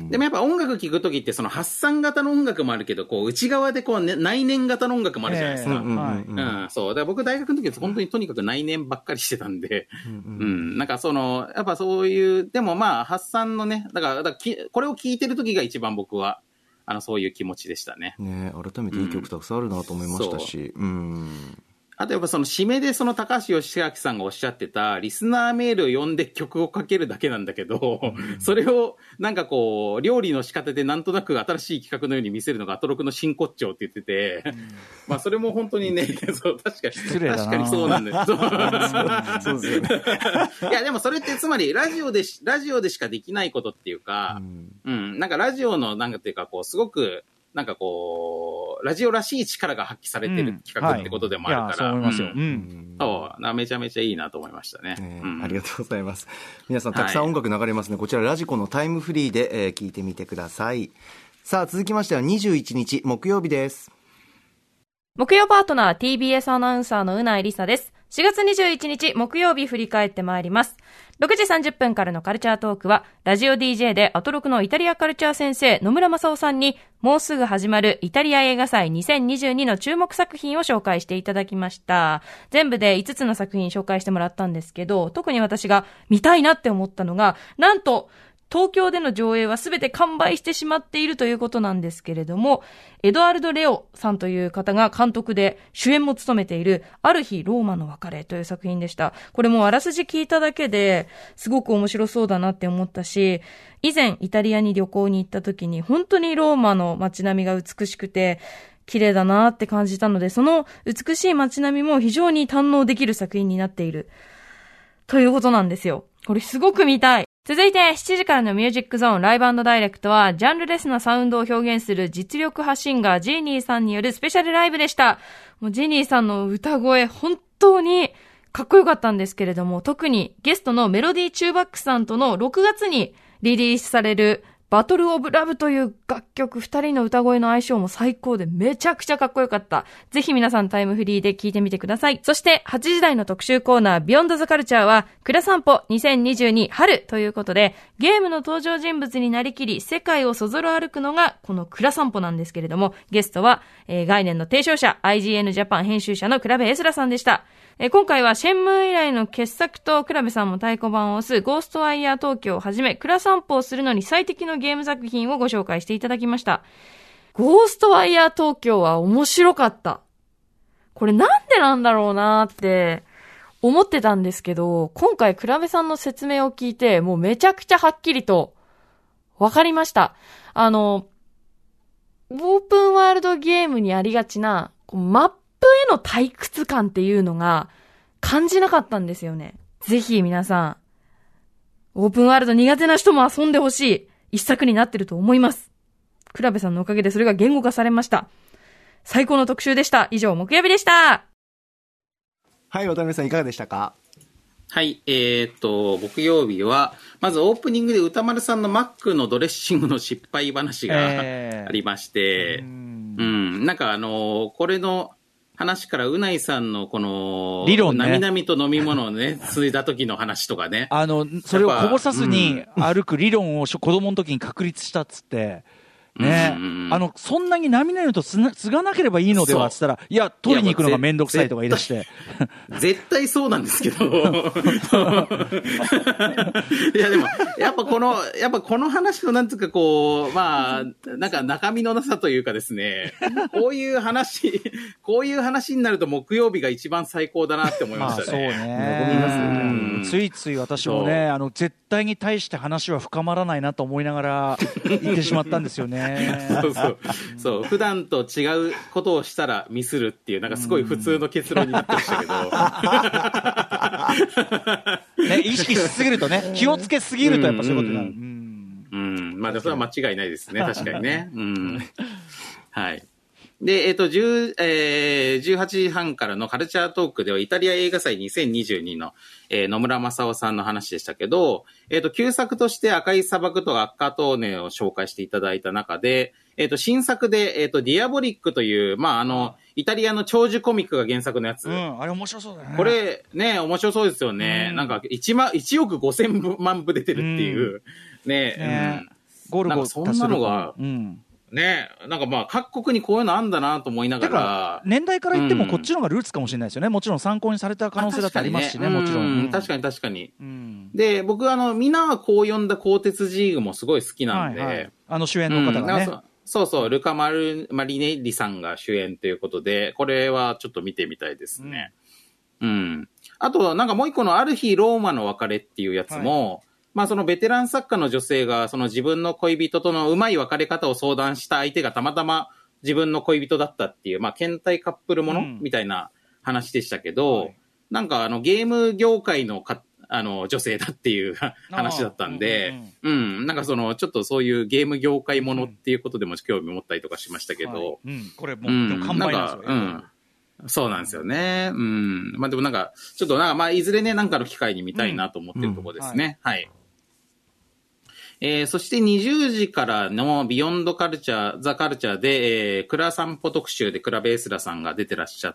でもやっぱ音楽聴くときってその発散型の音楽もあるけど、こう内側でこう、ね、内燃型の音楽もあるじゃないですか。 えーはい、 うん、そう。だから僕大学の時は本当にとにかく内燃ばっかりしてたんで、うん、うん、なんかその、やっぱそういう、でもまあ発散のね、だから、だからきこれを聴いてる時が一番僕は、あの、そういう気持ちでしたね。 ね、改めていい曲たくさんあるなと思いましたし、うん。うんあとやっぱその締めでその高橋義明さんがおっしゃってたリスナーメールを読んで曲をかけるだけなんだけど、うん、それをなんかこう料理の仕方でなんとなく新しい企画のように見せるのがアトロクの真骨頂って言ってて、うん、まあそれも本当にね、そう確かに確かにそうなんだよ。そうそうですよね。いやでもそれってつまりラジオでラジオでしかできないことっていうか、うん、うん、なんかラジオのなんかっていうかこうすごくなんかこう、ラジオらしい力が発揮されてる企画ってことでもあるから。 うんはい、そう思いますよ。うん。 そう、めちゃめちゃいいなと思いましたね。 ねうん、ありがとうございます。皆さんたくさん音楽流れますね。はい、こちらラジコのタイムフリーで、えー、聞いてみてください。さあ、続きましてはにじゅういちにち木曜日です。 木曜パートナー ティービーエス アナウンサーのうないりさです。しがつにじゅういちにち木曜日振り返ってまいります。ろくじさんじゅっぷんからのカルチャートークは、ラジオ ディージェー でアトロクのイタリアカルチャー先生野村正夫さんに、もうすぐ始まるイタリア映画祭にせんにじゅうにの注目作品を紹介していただきました。全部でいつつの作品紹介してもらったんですけど、特に私が見たいなって思ったのが、なんと東京での上映はすべて完売してしまっているということなんですけれども、エドアルド・レオさんという方が監督で主演も務めているある日ローマの別れという作品でした。これもあらすじ聞いただけですごく面白そうだなって思ったし、以前イタリアに旅行に行った時に本当にローマの街並みが美しくて綺麗だなって感じたので、その美しい街並みも非常に堪能できる作品になっているということなんですよ。これすごく見たい。続いてしちじからのミュージックゾーンライブ&ダイレクトはジャンルレスなサウンドを表現する実力派シンガージーニーさんによるスペシャルライブでした。もうジーニーさんの歌声本当にかっこよかったんですけれども、特にゲストのメロディーチューバックさんとのろくがつにリリースされるバトルオブラブという楽曲、二人の歌声の相性も最高でめちゃくちゃかっこよかった。ぜひ皆さんタイムフリーで聴いてみてください。そしてはちじ台の特集コーナービヨンドザカルチャーはクラ散歩にせんにじゅうに春ということで、ゲームの登場人物になりきり世界をそぞろ歩くのがこのクラ散歩なんですけれども、ゲストは、えー、概念の提唱者 アイジーエヌ ジャパン編集者の倉部エスラさんでした。えー、今回はシェンムー以来の傑作と倉部さんも太鼓判を押すゴーストワイヤー東京をはじめ、クラ散歩をするのに最適のゲーム作品をご紹介していただきました。ゴーストワイヤー東京は面白かった。これなんでなんだろうなーって思ってたんですけど、今回倉部さんの説明を聞いてもうめちゃくちゃはっきりとわかりました。あの、オープンワールドゲームにありがちなこうマップへの退屈感っていうのが感じなかったんですよね。ぜひ皆さん、オープンワールド苦手な人も遊んでほしい一作になってると思います。倉部さんのおかげでそれが言語化されました。最高の特集でした。以上、木曜日でした。 はい、渡辺さんいかがでしたか？ はい、えー、っと、木曜日は、まずオープニングで歌丸さんのマックのドレッシングの失敗話が、えー、ありまして、うん、うん、なんかあの、これの話からうないさんのこの、 理論ね。 なみなみと飲み物をね、継いだ時の話とかね。 あの、それをこぼさずに歩く理論を子供の時に確立したっつって、ね、うんうんうん、あのそんなになみなみと継がなければいいのではっつったら、いや取りに行くのがめんどくさいとか言い出して絶対そうなんですけどいやでもやっぱこのやっぱこの話のなんつうかこうまあなんか中身のなさというかですねこういう話こういう話になると木曜日が一番最高だなって思いましたね。 まあそうね、うん、ついつい私もねあの絶対に対して話は深まらないなと思いながら言ってしまったんですよねそうそうそう普段と違うことをしたらミスるっていうなんかすごい普通の結論になってましたけど、 ね、意識しすぎるとね気をつけすぎるとやっぱそういうことになる。うん、 うんうん、まあそれは間違いないですね確かにね、うん、はいで、えっと、10えー、じゅうはちじはんからのカルチャートークではイタリア映画祭にせんにじゅうにの、えー、野村正夫さんの話でしたけど、えっと、旧作として赤い砂漠と赤トーネを紹介していただいた中で、えっと、新作で、えっと、ディアボリックという、まあ、あの、イタリアの長寿コミックが原作のやつ。 うん、あれ面白そうだね。 これ、ね、面白そうですよね。うん、なんか、いちまん、いちおくごせんまんぶ出てるっていう。うん、ね、ねうんゴルゴなんかそんなのが、 うん、 ね、なんかまあ各国にこういうのあんだなと思いながら。だから年代から言ってもこっちの方がルーツかもしれないですよね。うん、もちろん参考にされた可能性だってありますしね、 ねもちろん。 うん、確かに確かに。うん、で、僕あの、みんなはこう呼んだ鋼鉄ジーグもすごい好きなんで。はいはい、 あの主演の方がね。うん、 そうそう、ルカ・マル、マリネッリさんが主演ということで、これはちょっと見てみたいですね。うん。うん、あと、なんかもう一個のある日ローマの別れっていうやつも、はい、まあそのベテラン作家の女性がその自分の恋人とのうまい別れ方を相談した相手がたまたま自分の恋人だったっていう、まあ倦怠カップルもの、うん、みたいな話でしたけど、はい、なんかあのゲーム業界のかあの女性だっていう話だったんで、うん、うんうん、なんかそのちょっとそういうゲーム業界ものっていうことでも興味持ったりとかしましたけど、はいうん、これもう、うん、完売なんですよ、 うんそうなんですよね。うん。まあでもなんか、ちょっとなんか、まあいずれね、なんかの機会に見たいなと思ってるところですね。うんうん、はい。はいえー、そしてにじゅうじからのビヨンドカルチャー、ザカルチャーで、えー、クラ散歩特集でクラベエスラさんが出てらっしゃって、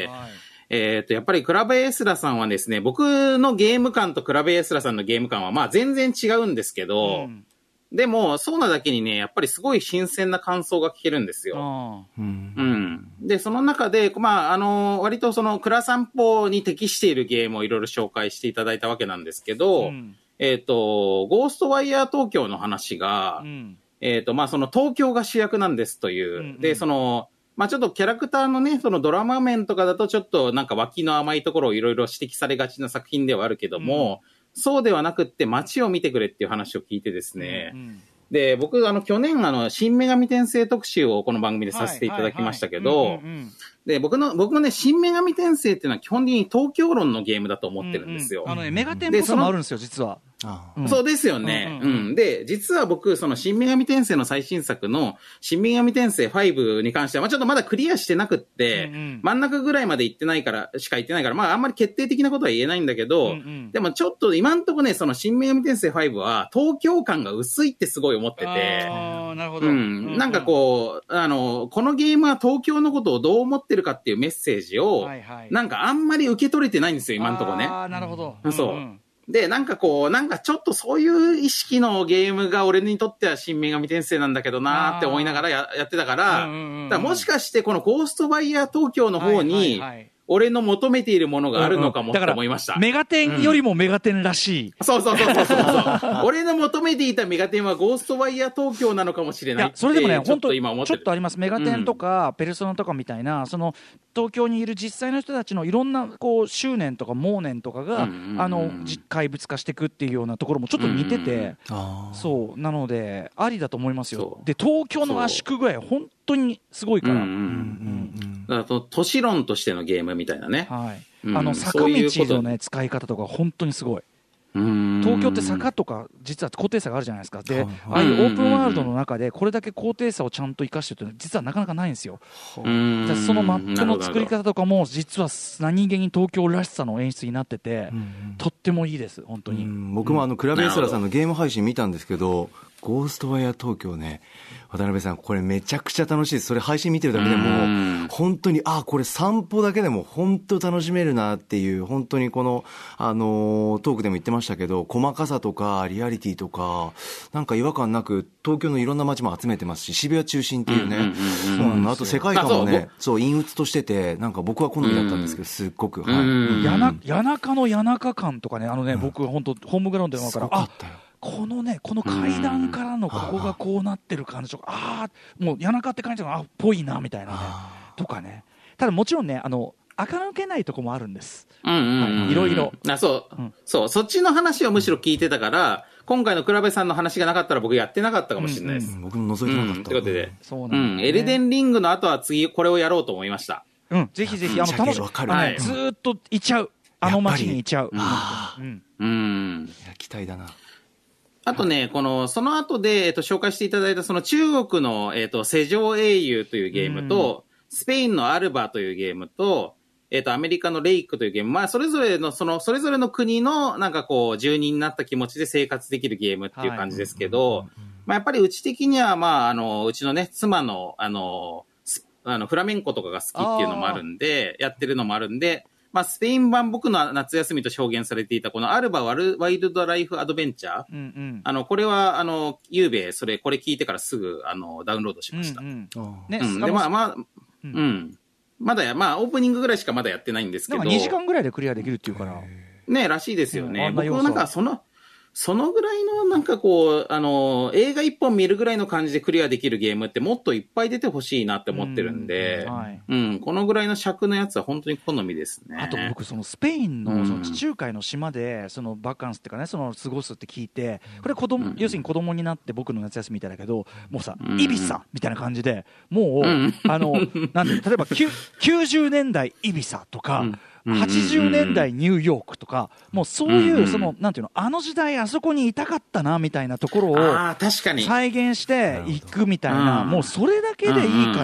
はい、えっと、やっぱりクラベエスラさんはですね、僕のゲーム感とクラベエスラさんのゲーム感はまあ全然違うんですけど、うんでも、そうなだけにね、やっぱりすごい新鮮な感想が聞けるんですよ。うん。うん。で、その中で、まあ、あの、割とその、クラ散歩に適しているゲームをいろいろ紹介していただいたわけなんですけど、うん、えっと、ゴーストワイヤー東京の話が、うん、えっと、まあ、その東京が主役なんですという、うんうん、で、その、まあ、ちょっとキャラクターのね、そのドラマ面とかだとちょっとなんか脇の甘いところをいろいろ指摘されがちな作品ではあるけども、うんそうではなくって街を見てくれっていう話を聞いてですね。うんうん、で、僕、あの、去年、あの、新女神転生特集をこの番組でさせていただきましたけど、で、僕の、僕もね、新女神転生っていうのは基本的に東京論のゲームだと思ってるんですよ。 うんうん、あのね、メガテンポスもあるんですよ、実は。 ああそうですよね、うんうんうん。で、実は僕、その新女神転生の最新作の新女神転生ごに関しては、まあちょっとまだクリアしてなくって、うんうん、真ん中ぐらいまで行ってないから、しか行ってないから、まああんまり決定的なことは言えないんだけど、うんうん、でもちょっと今んとこね、その新女神転生ごは東京感が薄いってすごい思ってて、 あなるほど、 うん。なんかこう、あの、このゲームは東京のことをどう思ってるかっていうメッセージを、はいはい、なんかあんまり受け取れてないんですよ、今んとこね。 ああ、なるほど。 そう。うんうんで、なんかこう、なんかちょっとそういう意識のゲームが俺にとっては新女神転生なんだけどなーって思いながら や, やってたから、うんうんうん、だからもしかしてこのゴーストバイヤー東京の方に、はいはいはい俺の求めているものがあるのかもって思いました。 うんうん、メガテンよりもメガテンらしい。うん、 そうそうそうそうそう俺の求めていたメガテンはゴーストワイヤー東京なのかもしれない。いや、 それでもね、本当ちょっとあります。メガテンとか、うん、ペルソナとかみたいな、その、東京にいる実際の人たちのいろんな、こう、執念とか妄念とかが、うんうんうん、あの、怪物化していくっていうようなところもちょっと似てて、うんうん、そう、なので、ありだと思いますよ。で、東京の圧縮具合、本当にすごいから。うんうんうんうんだから都市論としてのゲームみたいなね。 はい。うん、あの坂道のね使い方とか本当にすごい。東京って坂とか実は高低差があるじゃないですか。で、ああいうオープンワールドの中でこれだけ高低差をちゃんと生かしてるって実はなかなかないんですよ。じゃそのマップの作り方とかも実は何気に東京らしさの演出になってて、とってもいいです本当に。 僕もあのクラベエスラさんのゲーム配信見たんですけど、ゴーストワイヤー東京ね、渡辺さんこれめちゃくちゃ楽しいです。それ配信見てるだけでも本当にあこれ散歩だけでも本当楽しめるなっていう、本当にこのあのトークでも言ってましたけど、細かさとかリアリティとかなんか違和感なく東京のいろんな街も集めてますし、渋谷中心っていうね、あと世界観もね、そう陰鬱としててなんか僕は好みだったんですけど、すっごく、はい、 谷中、谷中の谷中感とかね、あのね、うん、僕本当ホームグラウンドで分からあこのね、この階段からのここがこうなってる感じとか、ああ、もう谷中って感じが、あっぽいなみたいなね、とかね。ただもちろんね、あの、垢抜けないとこもあるんです。 うんうんうん。 いろいろ。 あ、そう、うん。そう、そっちの話をむしろ聞いてたから、今回の倉部さんの話がなかったら僕やってなかったかもしれないです。うんうん、僕も覗いてなかった。 と、うん、いうことで。 そうなんだ、ね。 うん。エルデンリングの後は次これをやろうと思いました。 うん、ぜひぜひ、あの、楽しい。はい、ずーっといちゃう。あの街にいちゃう。 うん。うん。いや、期待だな。 あとね、この、その後で、えっと、紹介していただいた、その中国の、えっと、世上英雄というゲームと、スペインのアルバというゲームと、えっと、アメリカのレイクというゲーム、まあ、それぞれの、その、それぞれの国の、なんかこう、住人になった気持ちで生活できるゲームっていう感じですけど、まあ、やっぱりうち的には、まあ、あの、うちのね、妻の、あの、あの、フラメンコとかが好きっていうのもあるんで、やってるのもあるんで、 まあ、スペイン版僕の夏休みと表現されていたこのアルバワイルドライフアドベンチャー。うんうん、あの、これは、あの、ゆうべ、それ、これ聞いてからすぐ、あの、ダウンロードしました。うんうんね、うん、で、まあまあ、うん。うん、まだや、まあ、オープニングぐらいしかまだやってないんですけど。 なんかにじかんぐらいでクリアできるっていうから。 ね、らしいですよね。うん、僕もなんか、その、そのぐらいのなんかこう、あの、映画一本見るぐらいの感じでクリアできるゲームってもっといっぱい出てほしいなって思ってるんで、うん、はい、うん、このぐらいの尺のやつは本当に好みですね。 あと僕、そのスペインのその地中海の島で、そのバカンスっていうかね、その過ごすって聞いて、これ子供、うん、要するに子供になって僕の夏休みみたいだけど、もうさ、うん、イビサみたいな感じで、もう、うん、あの、なんで、例えばきゅきゅうじゅうねんだいイビサとか、うんはちじゅうねんだいニューヨークとか、もうそういう、その、なんていうの、あの時代あそこにいたかったな、みたいなところを、再現していくみたいな、もうそれだけでいいから、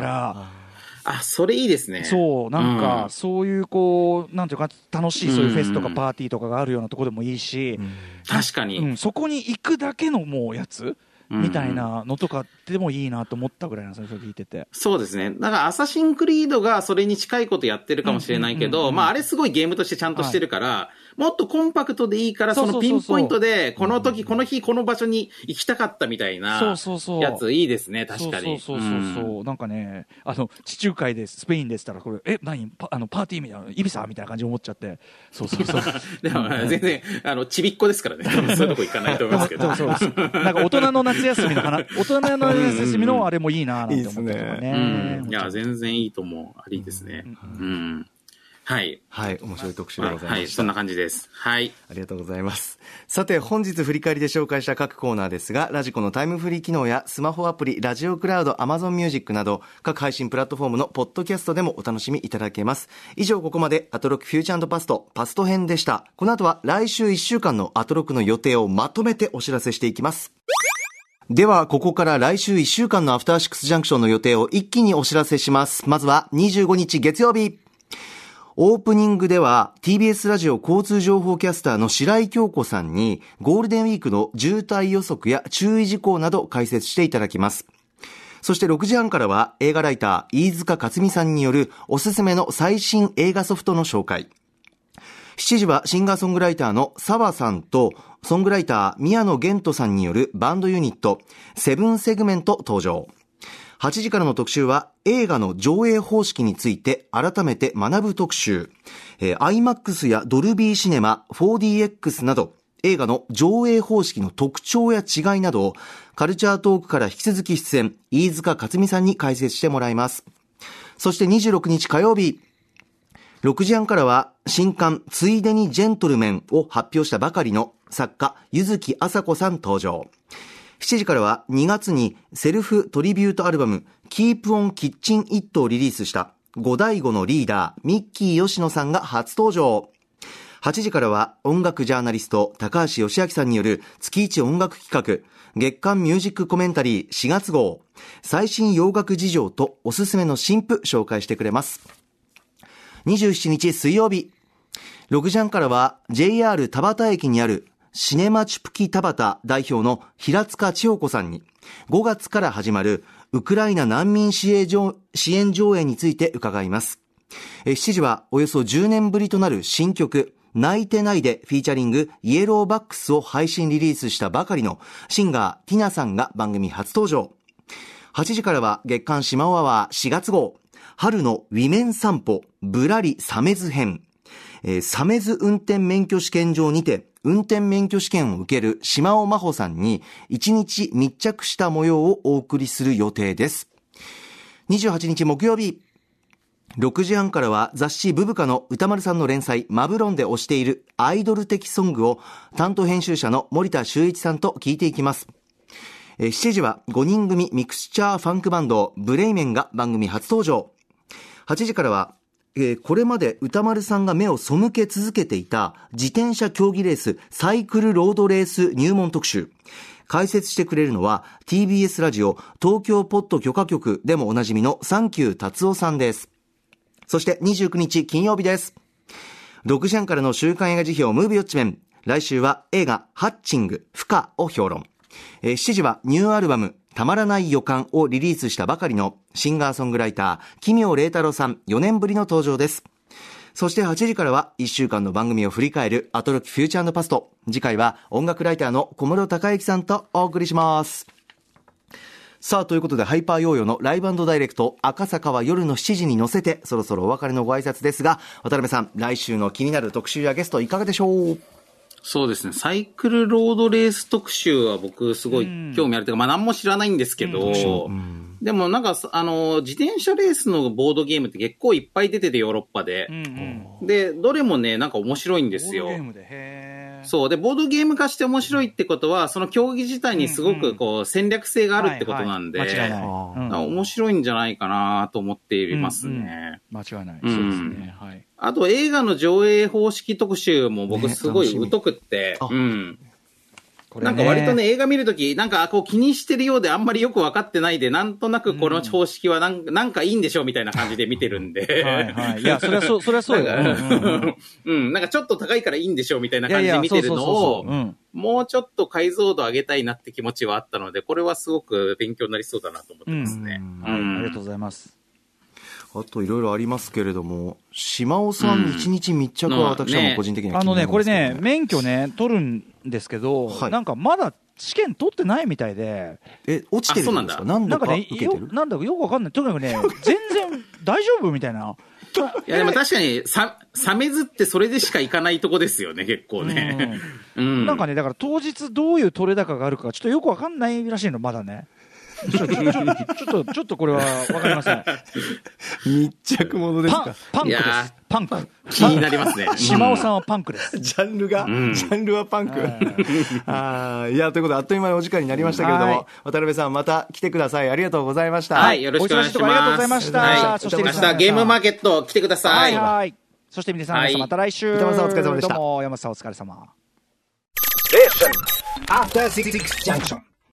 あ、それいいですね。 そう、なんか、そういう、こう、なんていうか、楽しい、そういうフェスとかパーティーとかがあるようなところでもいいし、 確かに。 うん、そこに行くだけのもうやつみたいなのとかでもいいなと思ったぐらいなんですよ、それ聞いてて。 そうですね。だから、アサシンクリードがそれに近いことやってるかもしれないけど、まあ、あれすごいゲームとしてちゃんとしてるから、はい、もっとコンパクトでいいから、そのピンポイントで、この時、この日、この場所に行きたかったみたいな、やついいですね、確かに。 そうそうそうそう。うん、なんかね、あの、地中海です、スペインですったら、これ、え、何パ、あの、パーティーみたいな、イビサみたいな感じで思っちゃって、そうそうそう。 でも、全然、あの、ちびっこですからね、多分そういうとこ行かないと思いますけど。そうそうそう。 なんか大人の夏休みの話、大人の夏休みのあれもいいななんて思ったとかね。 うん、いや、全然いいと思う。ありですね。うん。うん、はい。 はい。面白い特集でございました。はい。 そんな感じです。はい。 ありがとうございます。さて、本日振り返りで紹介した各コーナーですが、ラジコのタイムフリー機能やスマホアプリ、ラジオクラウド、アマゾンミュージックなど、各配信プラットフォームのポッドキャストでもお楽しみいただけます。以上、ここまで、アトロクフューチャー&パスト、パスト編でした。この後は、来週いっしゅうかんのアトロクの予定をまとめてお知らせしていきます。では、ここから来週いっしゅうかんのアフターシックスジャンクションの予定を一気にお知らせします。まずはにじゅうごにち月曜日。オープニングでは ティービーエス ラジオ交通情報キャスターの白井京子さんにゴールデンウィークの渋滞予測や注意事項など解説していただきます。そしてろくじはんからは映画ライター飯塚克美さんによるおすすめの最新映画ソフトの紹介。しちじはシンガーソングライターの澤さんとソングライター宮野源人さんによるバンドユニットセブンセグメント登場。はちじからの特集は映画の上映方式について改めて学ぶ特集、えー、アイマックス やドルビーシネマ フォーディーエックス など映画の上映方式の特徴や違いなどをカルチャートークから引き続き出演飯塚克美さんに解説してもらいます。そしてにじゅうろくにち火曜日ろくじはんからは新刊ついでにジェントルメンを発表したばかりの作家柚木麻子さん登場。しちじからはにがつにセルフトリビュートアルバム Keep on Kitchen It をリリースした五醍醐のリーダーミッキー吉野さんが初登場。はちじからは音楽ジャーナリスト高橋義明さんによる月一音楽企画月刊ミュージックコメンタリーしがつ号最新洋楽事情とおすすめの新譜紹介してくれます。にじゅうしちにち水曜日ろくじはんからは ジェイアール 田端駅にあるシネマチュプキ田端代表の平塚千代子さんにごがつから始まるウクライナ難民支援上、支援上映について伺います。しちじはおよそじゅうねんぶりとなる新曲泣いてないでフィーチャリングイエローバックスを配信リリースしたばかりのシンガーティナさんが番組初登場。はちじからは月刊シマオアワーしがつ号春のウィメン散歩ぶらりサメズ編、えー、サメズ運転免許試験場にて運転免許試験を受ける島尾真帆さんにいちにち密着した模様をお送りする予定です。にじゅうはちにち木曜日ろくじはんからは雑誌ブブカの歌丸さんの連載マブロンで推しているアイドル的ソングを担当編集者の森田修一さんと聞いていきます。しちじはごにん組ミクスチャーファンクバンドブレイメンが番組初登場。はちじからはえー、これまで歌丸さんが目を背け続けていた自転車競技レースサイクルロードレース入門特集。解説してくれるのは ティービーエス ラジオ東京ポッド許可局でもおなじみのサンキュー達夫さんです。そしてにじゅうくにち金曜日です。ろくじはんからの週刊映画辞表ムービーウォッチメン。来週は映画ハッチング不可を評論。えー、しちじはニューアルバムたまらない予感をリリースしたばかりのシンガーソングライター奇妙麗太郎さんよねんぶりの登場です。 そしてはちじからはいっしゅうかんの番組を振り返るアトロキフューチャー&パスト。次回は音楽ライターの小室孝之さんとお送りします。さあ、ということでハイパーヨーヨーのライブ&ダイレクト赤坂は夜のしちじに乗せて、そろそろお別れのご挨拶ですが、渡辺さん、来週の気になる特集やゲストいかがでしょう？ そうですね。サイクルロードレース特集は僕すごい興味あるというか、まあ何も知らないんですけど、でもなんか、あの、自転車レースのボードゲームって結構いっぱい出ててヨーロッパで。うんうん、で、どれもね、なんか面白いんですよ。ボードゲームで、へー。そう。で、ボードゲーム化して面白いってことは、その競技自体にすごくこう戦略性があるってことなんで、間違いない。面白いんじゃないかなと思っていますね。うんうん、 間違いない。そうですね。はい。 あと映画の上映方式特集も僕すごい疎くって、ね、うん。なんか割とね、映画見るとき、なんかこう気にしてるようであんまりよく分かってないで、なんとなくこの方式はなん、うん、なんかいいんでしょうみたいな感じで見てるんで。 はいはい。いや、それはそう、それはそうだよ。 うん。なんかちょっと高いからいいんでしょうみたいな感じで見てるのを、もうちょっと解像度上げたいなって気持ちはあったので、これはすごく勉強になりそうだなと思ってますね。 うんうん、ありがとうございます。 あといろいろありますけれども、島尾さん一日密着は私はもう個人的には気になります、ね、 あのね、これね、免許ね、取るんですけど、はい、なんかまだ試験取ってないみたいで。 え、落ちてるんですか？何度か受けてる？ なんだかよくわかんない。とにかくね、全然大丈夫みたいな。 いやでも確かに、さ、サメズってそれでしか行かないとこですよね、結構ね。 うんうん、なんかね、だから当日どういう取れ高があるか、ちょっとよくわかんないらしいの、まだね。ちょっと、ちょっと、ちょっとこれはわかりません。 密着ものですか？ パン、パンクです。パンク。 気になりますね。 島尾さんはパンクです。 ジャンルが、うん、ジャンルはパンク。あいや、ということで、あっという間にお時間になりましたけれども、渡辺さん、また来てください。ありがとうございました。 はい、よろしくお願いします。 ありがとうございました。はい、 そして明日ゲームマーケット来てください。 はい、はい。そして皆さん、はい、また来週。 山本さんお疲れ様でした。 どうも、山本さんお疲れ様。 After Six Junction.